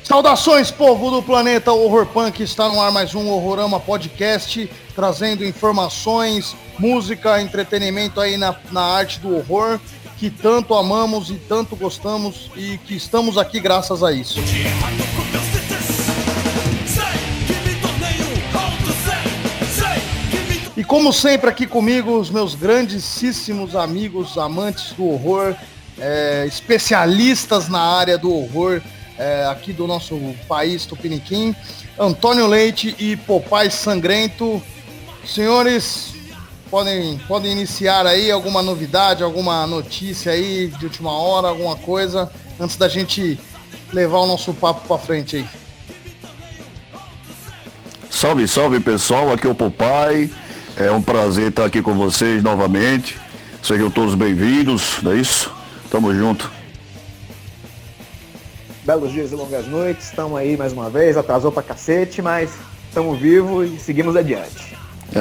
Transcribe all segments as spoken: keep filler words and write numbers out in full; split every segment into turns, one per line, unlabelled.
Saudações, povo do planeta Horror Punk, está no ar mais um Horrorama Podcast, trazendo informações, música, entretenimento aí na, na arte do horror, que tanto amamos e tanto gostamos e que estamos aqui graças a isso. E como sempre aqui comigo, os meus grandíssimos amigos, amantes do horror, é, especialistas na área do horror, É, aqui do nosso país tupiniquim, Antônio Leite e Popeye Sangrento. Senhores, podem, podem iniciar aí alguma novidade, alguma notícia aí de última hora, alguma coisa, antes da gente levar o nosso papo pra frente aí.
Salve, salve pessoal, aqui é o Popeye, é um prazer estar aqui com vocês novamente, sejam todos bem-vindos, não é isso? Tamo junto.
Belos dias e longas noites, estamos aí mais uma vez, atrasou pra cacete, mas estamos vivos e seguimos adiante.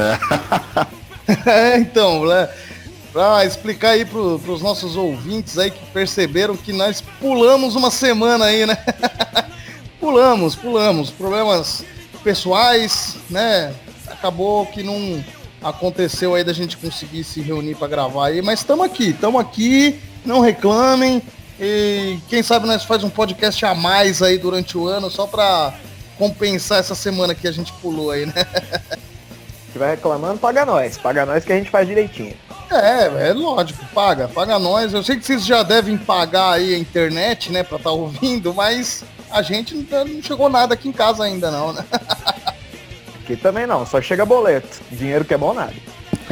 É, então, né, pra explicar aí pro, pros nossos ouvintes aí que perceberam que nós pulamos uma semana aí, né? pulamos, pulamos, problemas pessoais, né? Acabou que não aconteceu aí da gente conseguir se reunir pra gravar aí, mas estamos aqui, estamos aqui, não reclamem. E quem sabe nós faz um podcast a mais aí durante o ano, só pra compensar essa semana que a gente pulou aí, né?
Se vai reclamando, paga nós. Paga nós que a gente faz direitinho.
É, é lógico, paga, paga nós. Eu sei que vocês já devem pagar aí a internet, né, pra estar tá ouvindo, mas a gente não, não chegou nada aqui em casa ainda não, né?
Aqui também não, só chega boleto. Dinheiro que é bom nada.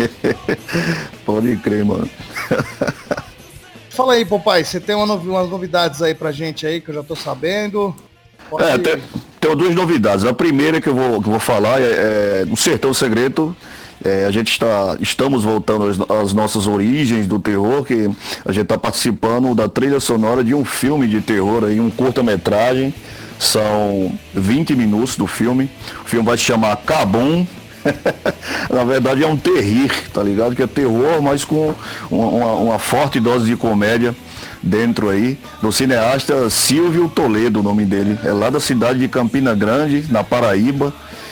Pode crer, mano.
Fala aí, Popeye, você tem uma novi- umas novidades aí pra gente aí, que eu já tô sabendo. Pode...
É, tem, tem duas novidades. A primeira que eu vou, que eu vou falar é, é do Sertão Segredo. É, a gente está, estamos voltando às, às nossas origens do terror, que a gente está participando da trilha sonora de um filme de terror, aí, um curta-metragem. São vinte minutos do filme. O filme vai se chamar Cabum. Na verdade é um terrir, tá ligado? Que é terror, mas com uma, uma forte dose de comédia dentro aí, do cineasta Silvio Toledo, o nome dele. É lá da cidade de Campina Grande, na Paraíba.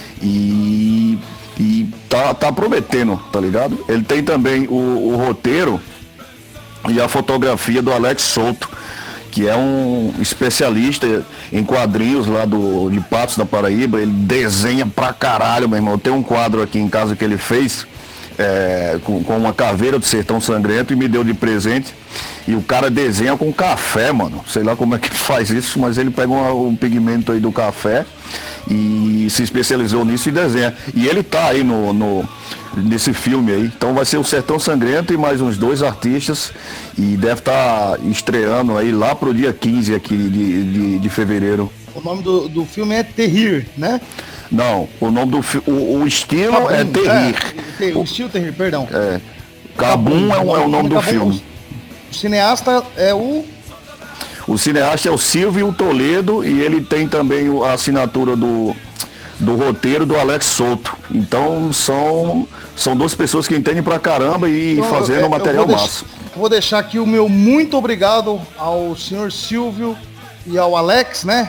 E, e tá, tá prometendo, tá ligado? Ele tem também o, o roteiro e a fotografia do Alex Souto, que é um especialista em quadrinhos lá do, de Patos da Paraíba. Ele desenha pra caralho, meu irmão. Tem um quadro aqui em casa que ele fez é, com, com uma caveira do Sertão Sangrento e me deu de presente. E o cara desenha com café, mano. Sei lá como é que faz isso, mas ele pega um, um pigmento aí do café e se especializou nisso e desenha. E ele tá aí no... no nesse filme aí, então vai ser o Sertão Sangrento e mais uns dois artistas e deve estar tá estreando aí lá pro dia quinze aqui de, de, de fevereiro.
O nome do, do filme é Terrir, né?
Não, o nome do filme, o, o estilo Cabum, é Terrir.
É, o estilo Terrir, perdão.
É, Cabum é, é o nome do filme.
O cineasta é o...
O cineasta é o Silvio Toledo e ele tem também a assinatura do... do roteiro do Alex Souto. Então são, são duas pessoas que entendem pra caramba e então, fazendo eu, material
eu
massa.
Deixar, vou deixar aqui o meu muito obrigado ao senhor Silvio e ao Alex, né?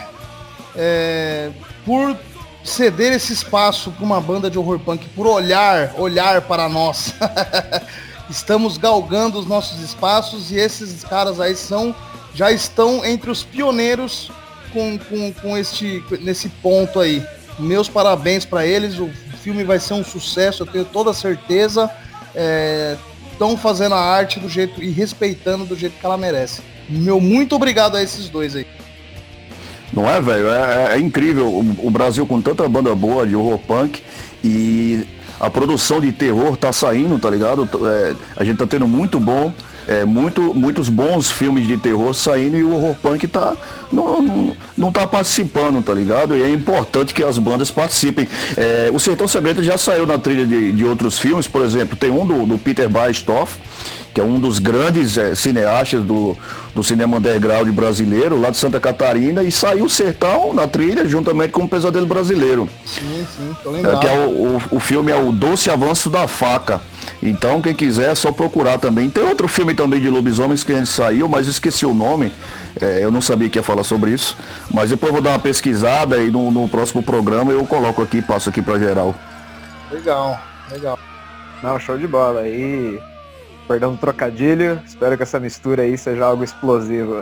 É, por ceder esse espaço para uma banda de horror punk, por olhar, olhar para nós. Estamos galgando os nossos espaços e esses caras aí são, já estão entre os pioneiros com, com, com este, nesse ponto aí. Meus parabéns para eles, o filme vai ser um sucesso, eu tenho toda a certeza. Estão é, fazendo a arte do jeito e respeitando do jeito que ela merece. Meu muito obrigado a esses dois aí.
Não é, velho? É, é incrível o, o Brasil com tanta banda boa de horror punk e a produção de terror tá saindo, tá ligado? É, a gente tá tendo muito bom. É, muito, muitos bons filmes de terror saindo e o horror punk tá, não, não, não tá participando, tá ligado? E é importante que as bandas participem. É, o Sertão Segredo já saiu na trilha de, de outros filmes, por exemplo, tem um do, do Peter Bastoff, que é um dos grandes é, cineastas do, do cinema underground brasileiro, lá de Santa Catarina, e saiu o Sertão na trilha, juntamente com o Pesadelo Brasileiro.
Sim, sim, tô
É,
lembrado.
que é o, o, o filme é o Doce Avanço da Faca. Então, quem quiser é só procurar também. Tem outro filme também de lobisomens que a gente saiu, mas esqueci o nome. É, eu não sabia que ia falar sobre isso. Mas depois eu vou dar uma pesquisada e no, no próximo programa eu coloco aqui, passo aqui pra geral.
Legal, legal.
Não, show de bola. Aí, perdão do trocadilho, espero que essa mistura aí seja algo explosivo.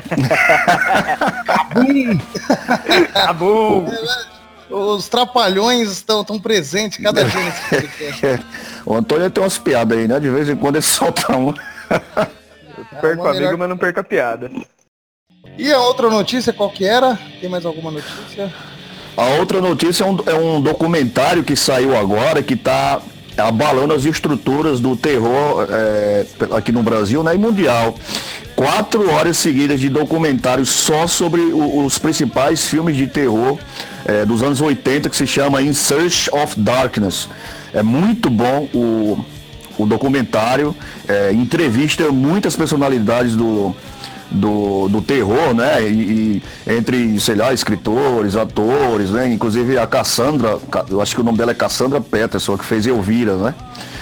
Cabum!
Cabum!
Os trapalhões estão tão presentes cada dia nesse podcast.
O Antônio tem umas piadas aí, né? De vez em quando ele solta uma.
Eu perco
uma
amigo,
melhor-
mas não perco a piada.
E a outra notícia, qual que era? Tem mais alguma notícia?
A outra notícia é um, é um documentário que saiu agora, que está abalando as estruturas do terror é, aqui no Brasil, né, e mundial. Quatro horas seguidas de documentário só sobre o, os principais filmes de terror é, dos anos oitenta, que se chama In Search of Darkness. É muito bom o, o documentário, é, entrevista muitas personalidades do... Do, do terror, né, e, e entre, sei lá, escritores, atores, né, inclusive a Cassandra, eu acho que o nome dela é Cassandra Peterson, que fez Elvira, né,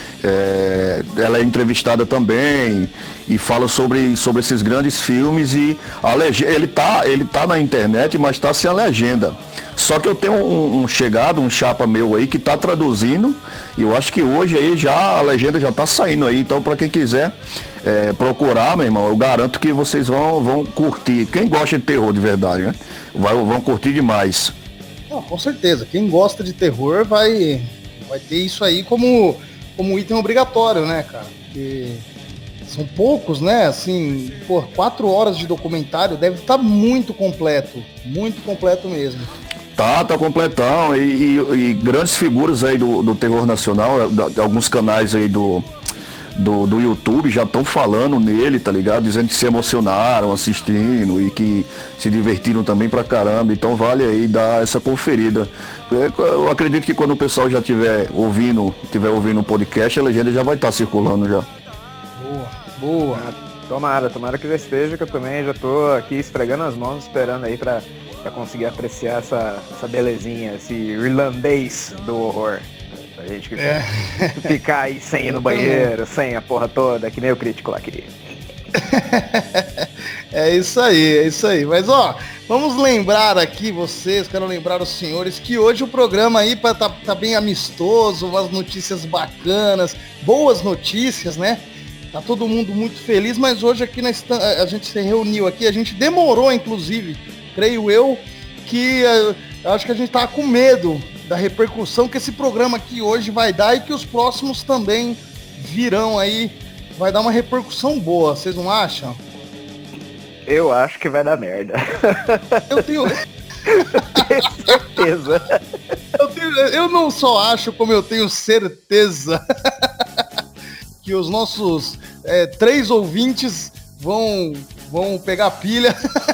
é, ela é entrevistada também e fala sobre, sobre esses grandes filmes e a legenda, ele tá, ele tá na internet, mas tá sem a legenda. Só que eu tenho um, um chegado, um chapa meu aí que tá traduzindo e eu acho que hoje aí já a legenda já tá saindo aí, então para quem quiser É, procurar, meu irmão, eu garanto que vocês vão, vão curtir. Quem gosta de terror de verdade, né? Vai, vão curtir demais.
Não, com certeza. Quem gosta de terror vai, vai ter isso aí como, como item obrigatório, né, cara? Porque são poucos, né? Assim, por quatro horas de documentário deve estar muito completo. Muito completo mesmo.
Tá, tá completão. E, e- e grandes figuras aí do, do terror nacional, da- de alguns canais aí do. Do, do YouTube já estão falando nele, tá ligado? Dizendo que se emocionaram assistindo e que se divertiram também pra caramba. Então vale aí dar essa conferida. É, eu acredito que quando o pessoal já estiver ouvindo, tiver ouvindo o podcast, a legenda já vai estar circulando já.
Boa, boa.
Ah, tomara, tomara que já esteja, que eu também já tô aqui esfregando as mãos, esperando aí pra, pra conseguir apreciar essa, essa belezinha, esse irlandês do horror. Pra gente
É.
ficar aí sem ir no banheiro, sem a porra toda, que nem o crítico lá queria.
É isso aí, é isso aí. Mas ó, vamos lembrar aqui vocês, quero lembrar os senhores que hoje o programa aí tá, tá bem amistoso, umas notícias bacanas, boas notícias, né? Tá todo mundo muito feliz, mas hoje aqui na estan- a gente se reuniu aqui, a gente demorou, inclusive, creio eu, que eh, eu acho que a gente tava com medo da repercussão que esse programa aqui hoje vai dar e que os próximos também virão aí. Vai dar uma repercussão boa, vocês não acham?
Eu acho que vai dar merda.
Eu tenho,
Tenho certeza.
eu tenho- eu não só acho, como eu tenho certeza que os nossos é, três ouvintes vão, vão pegar pilha.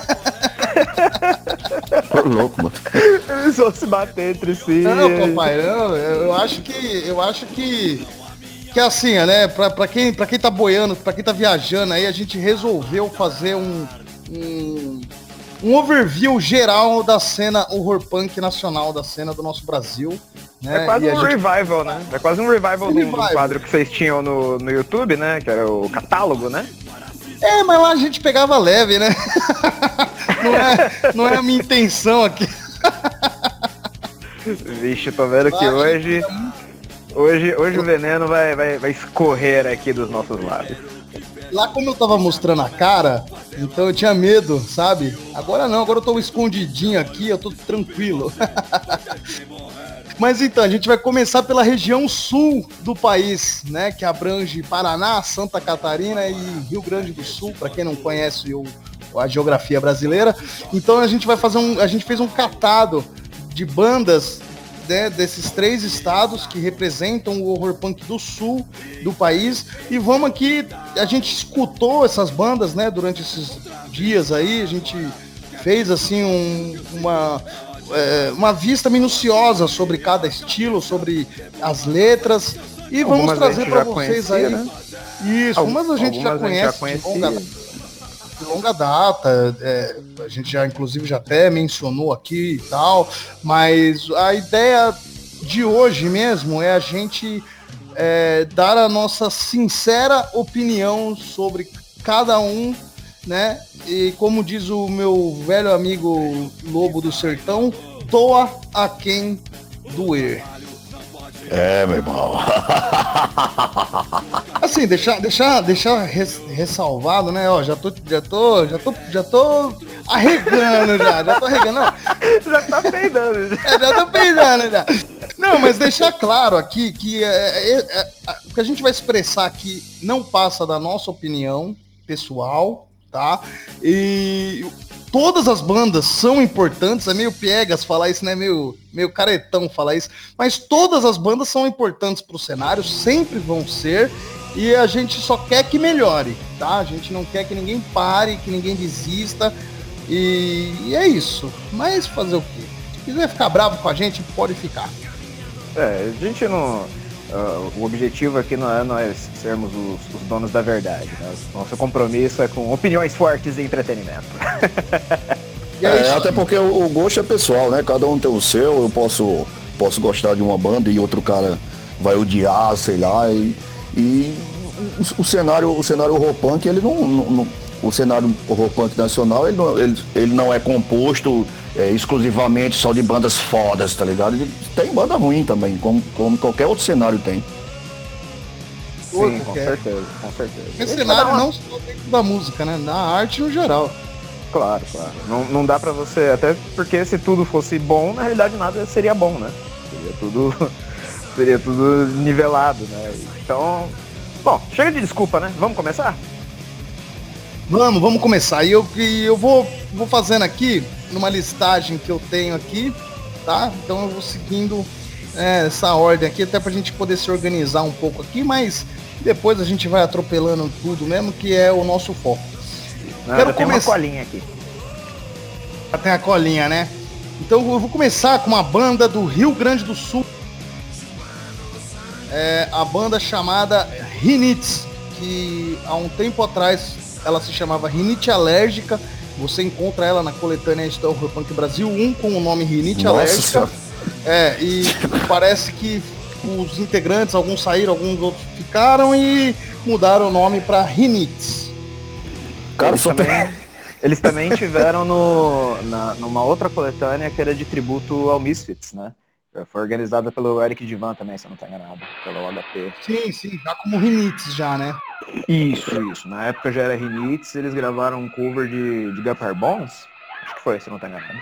Tô louco, mano.
Eles vão se bater entre si.
Não, papai, não, eu acho que eu acho que que assim, né, pra, pra, quem, pra quem tá boiando, pra quem tá viajando aí, a gente resolveu fazer um, um, um overview geral da cena horror punk nacional, da cena do nosso Brasil. Né?
É quase
E a
um
gente-
revival, né? É quase um revival
Um
do,
revival.
do quadro que vocês tinham no, no YouTube, né? Que era o catálogo, né?
É, mas lá a gente pegava leve, né? Não é, não é a minha intenção aqui.
Vixe, tô vendo que
Vai,
hoje, hoje, hoje o veneno vai, vai, vai escorrer aqui dos nossos lábios.
Lá como eu tava mostrando a cara, então eu tinha medo, sabe? Agora não, agora eu tô escondidinho aqui, eu tô tranquilo. Mas então, a gente vai começar pela região sul do país, né? Que abrange Paraná, Santa Catarina e Rio Grande do Sul, para quem não conhece o, a geografia brasileira. Então a gente vai fazer um. A gente fez um catado de bandas, né, desses três estados que representam o horror punk do sul do país. E vamos aqui, a gente escutou essas bandas, né, durante esses dias aí, a gente fez assim um, uma, é, uma vista minuciosa sobre cada estilo, sobre as letras. E vamos
Algumas a
trazer
gente
para
já
vocês
conhecia,
aí.
né?
Isso,
Algum-
mas a gente já
algumas a gente já
conhece de
conhecia.
longa, de longa data, é, a gente já, inclusive, já até mencionou aqui e tal, mas a ideia de hoje mesmo é a gente é, dar a nossa sincera opinião sobre cada um, né? E como diz o meu velho amigo Lobo do Sertão, doa a quem doer.
É, meu irmão.
Assim, deixar, deixar, deixar res- ressalvado, né? Ó, já tô, já tô, já tô, já tô arregando já, já tô arregando. Não,
Já tá peidando. já.
é, já tô peidando já. Não, mas deixar claro aqui que é, é, é, é, o que a gente vai expressar aqui não passa da nossa opinião pessoal, tá? E todas as bandas são importantes, é meio piegas falar isso, né? Meio, meio caretão falar isso, mas todas as bandas são importantes pro cenário, sempre vão ser, e a gente só quer que melhore, tá? A gente não quer que ninguém pare, que ninguém desista, e, e é isso. Mas fazer o quê? Se quiser ficar bravo com a gente, pode ficar.
É, a gente não. Uh, o objetivo aqui não é nós sermos os, os donos da verdade, né? Nosso compromisso é com opiniões fortes e entretenimento.
E é
É,
isso.
até porque o, o gosto é pessoal, né? Cada um tem o seu, eu posso, posso gostar de uma banda e outro cara vai odiar, sei lá, e, e o, o cenário, o cenário horror punk, ele não, não- não- o cenário horror punk nacional, ele não, ele, ele não é composto é, exclusivamente só de bandas fodas, tá ligado? Ele tem banda ruim também, como, como qualquer outro cenário tem.
Sim, com
que é.
certeza, com certeza.
Esse
Vai
cenário
dar uma-
não só dentro da música, né? Na arte no geral.
Claro, claro. Não, não dá pra você. Até porque se tudo fosse bom, na realidade nada seria bom, né? Seria tudo. Seria tudo nivelado, né? Então. Bom, chega de desculpa, né? Vamos começar?
Vamos, vamos começar. E eu, e eu vou, vou fazendo aqui, numa listagem que eu tenho aqui, tá? Então eu vou seguindo é, essa ordem aqui, até pra gente poder se organizar um pouco aqui, mas depois a gente vai atropelando tudo mesmo, que é o nosso foco.
Não,
Quero
já tem uma
começar-
colinha aqui.
Já tem a colinha, né? Então eu vou começar com uma banda do Rio Grande do Sul. É a banda chamada Rinite, que há um tempo atrás ela se chamava Rinite Alérgica. Você encontra ela na coletânea Estão Horror Punk Brasil um com o nome Rinite
Nossa
Alérgica.
Senhora.
É, e parece que os integrantes, alguns saíram, alguns outros ficaram e mudaram o nome para Rinite.
Cara,
eles,
só tem...
também, eles também tiveram no, na, numa outra coletânea que era de tributo ao Misfits, né? Foi organizada pelo Eric Divan também, se eu não estou enganado, pelo H P.
Sim, sim, já como Rinites já, né?
Isso, isso. Na época já era Rinits, eles gravaram um cover de, de Gapar Bones. Acho que foi, se eu não estou enganado.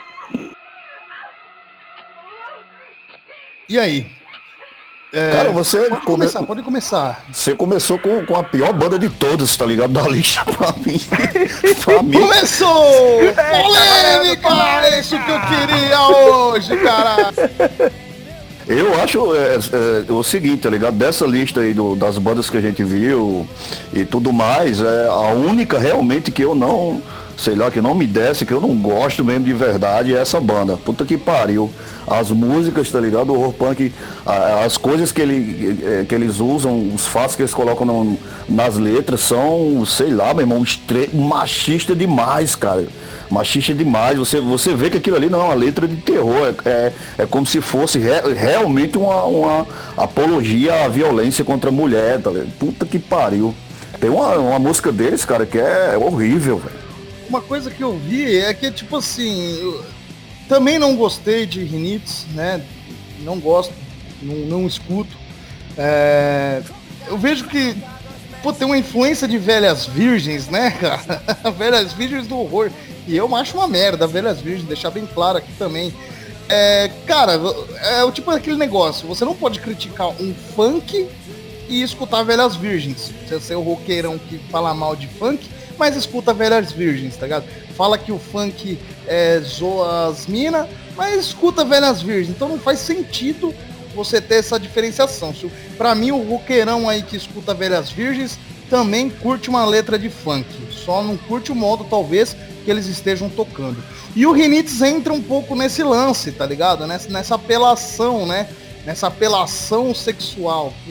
E aí? É,
Cara, você,
pode
come...
começar, pode começar.
você começou com, com a pior banda de todas, tá ligado? Da lista pra mim. pra mim.
Começou! Polêmica! É isso que eu queria hoje, cara!
Eu acho é, é, o seguinte, tá ligado? Dessa lista aí do, das bandas que a gente viu e tudo mais, é a única realmente que eu não, sei lá, que não me desce, que eu não gosto mesmo de verdade é essa banda. Puta que pariu. As músicas, tá ligado? O horror punk, a- as coisas que, ele, é, que eles usam, os fatos que eles colocam no- nas letras são, sei lá, meu irmão, estre... machista demais, cara. Machista demais. Você, você vê que aquilo ali não é uma letra de terror. É, é, é como se fosse re- realmente uma, uma apologia à violência contra a mulher, tá ligado? Puta que pariu. Tem uma, uma música deles, cara, que é horrível, velho.
Uma coisa que eu vi é que, tipo assim, eu também não gostei de Rinites, né? Não gosto, não, não escuto. É, eu vejo que, pô, tem uma influência de Velhas Virgens, né, cara? Velhas Virgens do horror. E eu acho uma merda, Velhas Virgens, deixar bem claro aqui também. É, cara, é o tipo daquele negócio, você não pode criticar um funk e escutar Velhas Virgens. Você é o roqueirão que fala mal de funk, mas escuta Velhas Virgens, tá ligado? Fala que o funk é, zoa as minas, mas escuta Velhas Virgens. Então não faz sentido você ter essa diferenciação. Se, pra mim, o roqueirão aí que escuta Velhas Virgens também curte uma letra de funk. Só não curte o modo, talvez, que eles estejam tocando. E o Rinites entra um pouco nesse lance, tá ligado? Nessa, nessa apelação, né? Nessa apelação sexual. E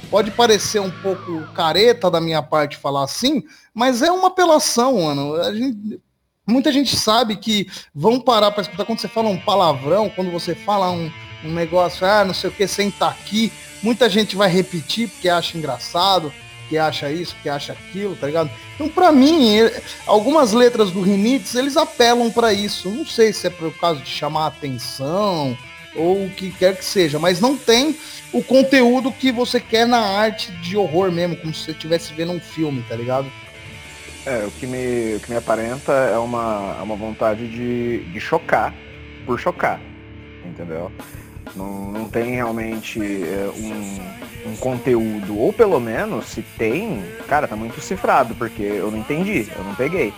Pode parecer um pouco careta da minha parte falar assim, mas é uma apelação, mano. A gente, muita gente sabe que vão parar para escutar quando você fala um palavrão, quando você fala um, um negócio, ah, não sei o que, senta aqui. Muita gente vai repetir porque acha engraçado, que acha isso, que acha aquilo, tá ligado? Então, pra mim, algumas letras do Rinitz, eles apelam pra isso. Não sei se é por causa de chamar a atenção ou o que quer que seja, mas não tem o conteúdo que você quer na arte de horror mesmo, como se você estivesse vendo um filme, tá ligado?
É, o que me, o que me aparenta é uma, é uma vontade de, de chocar por chocar, entendeu? Não, não tem realmente é, um, um conteúdo, ou pelo menos, se tem, cara, tá muito cifrado, porque eu não entendi, eu não peguei.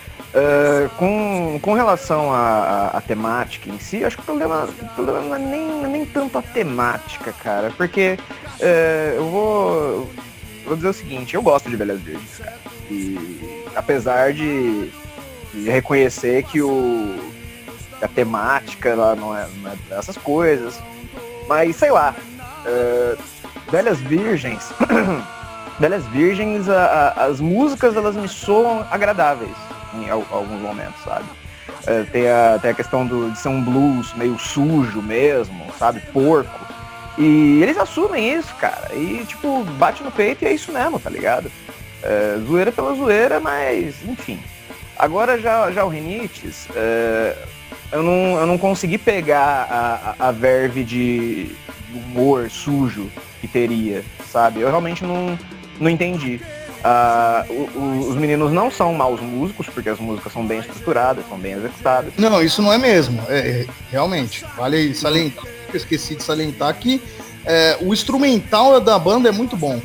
Uh, com, com relação à temática em si, acho que o problema, o problema não é nem, nem tanto a temática, cara, porque uh, eu vou, vou dizer o seguinte, eu gosto de Velhas Virgens, cara, e apesar de, de reconhecer que o, a temática ela não é, não é dessas coisas, mas sei lá, uh, Velhas Virgens, Velhas Virgens, a, a, as músicas elas me soam agradáveis em alguns momentos, sabe? É, tem, a, tem a questão do, de ser um blues meio sujo mesmo, sabe? Porco. E eles assumem isso, cara. E, tipo, bate no peito e é isso mesmo, tá ligado? É, zoeira pela zoeira, mas, enfim. Agora, já, já o Rinitz, é, eu, não, eu não consegui pegar a, a, a verve de, de humor sujo que teria, sabe? Eu realmente não, não entendi. Uh, o, o, os meninos não são maus músicos, porque as músicas são bem estruturadas, são bem executadas.
Não, isso não é mesmo, é, é, realmente. Vale salientar, eu esqueci de salientar que é, o instrumental da banda é muito bom.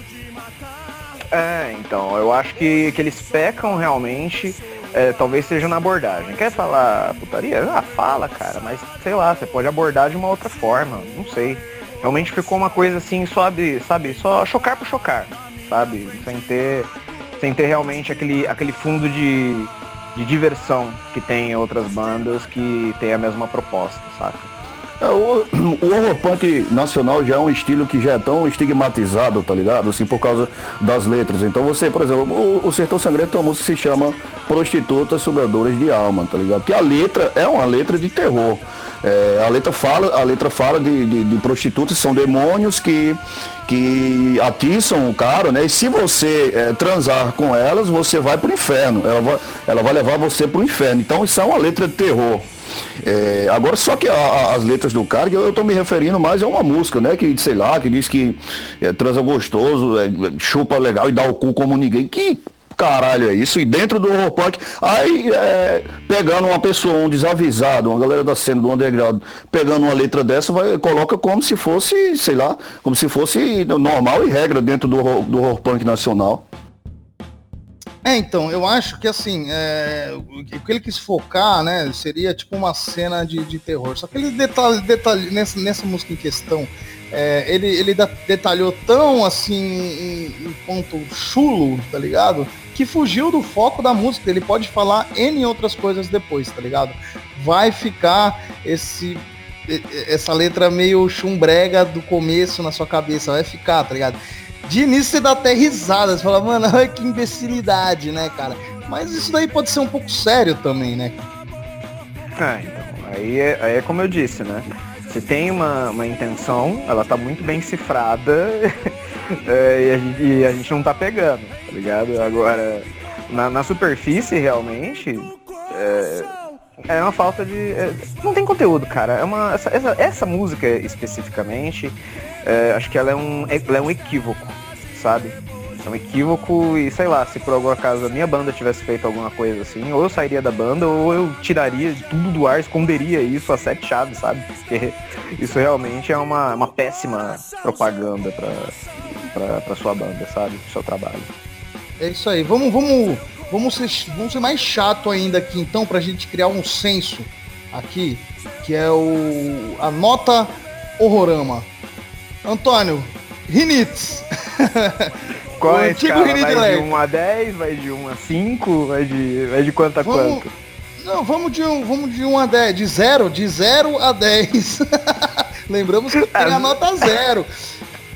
É, então, eu acho que, que eles pecam realmente, é, talvez seja na abordagem. Quer falar putaria? Ah, fala, cara, mas sei lá, você pode abordar de uma outra forma, não sei. Realmente ficou uma coisa assim, sabe, sabe, só chocar por chocar. Sabe? Sem ter, sem ter realmente aquele, aquele fundo de, de diversão que tem outras bandas que tem a mesma proposta, saca?
É, o, o horror punk nacional já é um estilo que já é tão estigmatizado, tá ligado? Assim, por causa das letras. Então você, por exemplo, o, o Sertão Sangrento tem uma música que se chama Prostitutas Sugadoras de Alma, tá ligado? Que a letra é uma letra de terror. É, a letra fala, a letra fala de, de, de prostitutas, são demônios que, que atiçam o cara, né? E se você é, transar com elas, você vai pro inferno. Ela vai, ela vai levar você pro inferno. Então isso é uma letra de terror. É, agora, só que a, a, as letras do cara, eu, eu tô me referindo mais a uma música, né? Que, sei lá, que diz que é, transa gostoso, é, chupa legal e dá o cu como ninguém. Que caralho é isso? E dentro do horror punk, aí é, pegando uma pessoa, um desavisado, uma galera da cena do underground, pegando uma letra dessa, vai, coloca como se fosse, sei lá, como se fosse normal e regra dentro do, do horror punk nacional.
É, então, eu acho que assim, é, o que ele quis focar, né, seria tipo uma cena de, de terror. Só que ele detalha, detalha nessa, nessa música em questão, é, ele, ele detalhou tão assim, em, em ponto chulo, tá ligado? Que fugiu do foco da música. Ele pode falar N outras coisas depois, tá ligado? Vai ficar esse, essa letra meio chumbrega do começo na sua cabeça, vai ficar, tá ligado? De início você dá até risada, você fala, mano, ai, que imbecilidade, né, cara? Mas isso daí pode ser um pouco sério também, né?
Ah, então, aí é, aí é como eu disse, né? Se tem uma, uma intenção, ela tá muito bem cifrada é, e, a gente, e a gente não tá pegando, tá ligado? Agora, na, na superfície, realmente, é, é uma falta de... É, não tem conteúdo, cara. É uma, essa, essa, essa música, especificamente, é, acho que ela é, um, ela é um equívoco, sabe? É um equívoco e, sei lá, se por algum acaso a minha banda tivesse feito alguma coisa assim, ou eu sairia da banda, ou eu tiraria tudo do ar, esconderia isso a sete chaves, sabe? Porque isso realmente é uma, uma péssima propaganda pra, pra, pra sua banda, sabe? Pro seu trabalho.
É isso aí. Vamos, vamos, vamos, ser, vamos ser mais chato ainda aqui, então, pra gente criar um senso aqui, que é o a nota Horrorama. Antônio, Rinitz.
Qual é a escala? Vai
Rinitz,
de um a dez, vai de um a cinco, vai de, vai de quanto a
vamos,
quanto?
Não, vamos de um, vamos de um a dez, de zero, de zero a dez. Lembramos que tem a nota zero.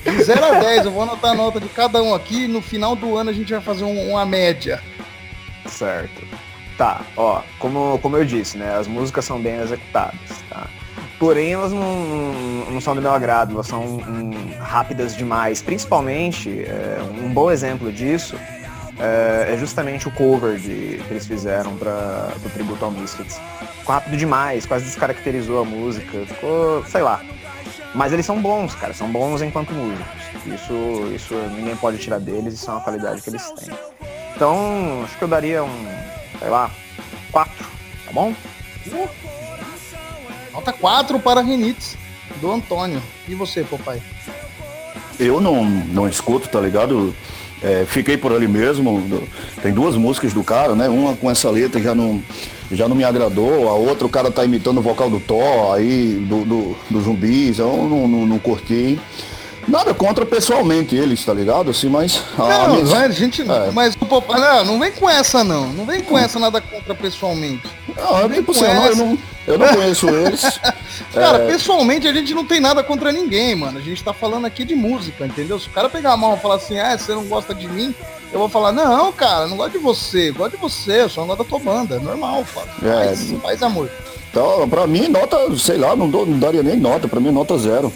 De zero a dez, eu vou anotar a nota de cada um aqui. No final do ano a gente vai fazer um, uma média.
Certo. Tá, ó, como, como eu disse, né? As músicas são bem executadas, tá? Porém, elas não, não são do meu agrado, elas são um, rápidas demais. Principalmente, é, um bom exemplo disso é, é justamente o cover de, que eles fizeram para o tributo ao Misfits. Ficou rápido demais, quase descaracterizou a música, ficou, sei lá. Mas eles são bons, cara, são bons enquanto músicos. Isso, isso ninguém pode tirar deles, isso é uma qualidade que eles têm. Então, acho que eu daria um, sei lá, quatro, tá bom?
Uh, nota quatro para Renitz, do Antônio. E você, papai?
Eu não, não escuto, tá ligado? É, fiquei por ali mesmo. Tem duas músicas do cara, né? Uma com essa letra já não, já não me agradou, a outra o cara tá imitando o vocal do Thor, aí, do, do, do Zumbis, eu não, não, não curti. Nada contra pessoalmente eles, tá ligado? Assim, mas.
Não,
a minha...
a gente. É. Mas o papai. Não, não vem com essa, não. Não vem com essa nada contra pessoalmente.
Não, não tipo assim, eu não, eu não conheço eles.
Cara, é... pessoalmente a gente não tem nada contra ninguém, mano. A gente tá falando aqui de música, entendeu? Se o cara pegar a mão e falar assim, ah, você não gosta de mim, eu vou falar, não, cara, não gosto de você, eu gosto de você, eu só não gosto da tua banda. É normal, fala.
É...
Faz, faz amor.
Então, pra mim, nota, sei lá, não, dou, não daria nem nota, pra mim, nota zero.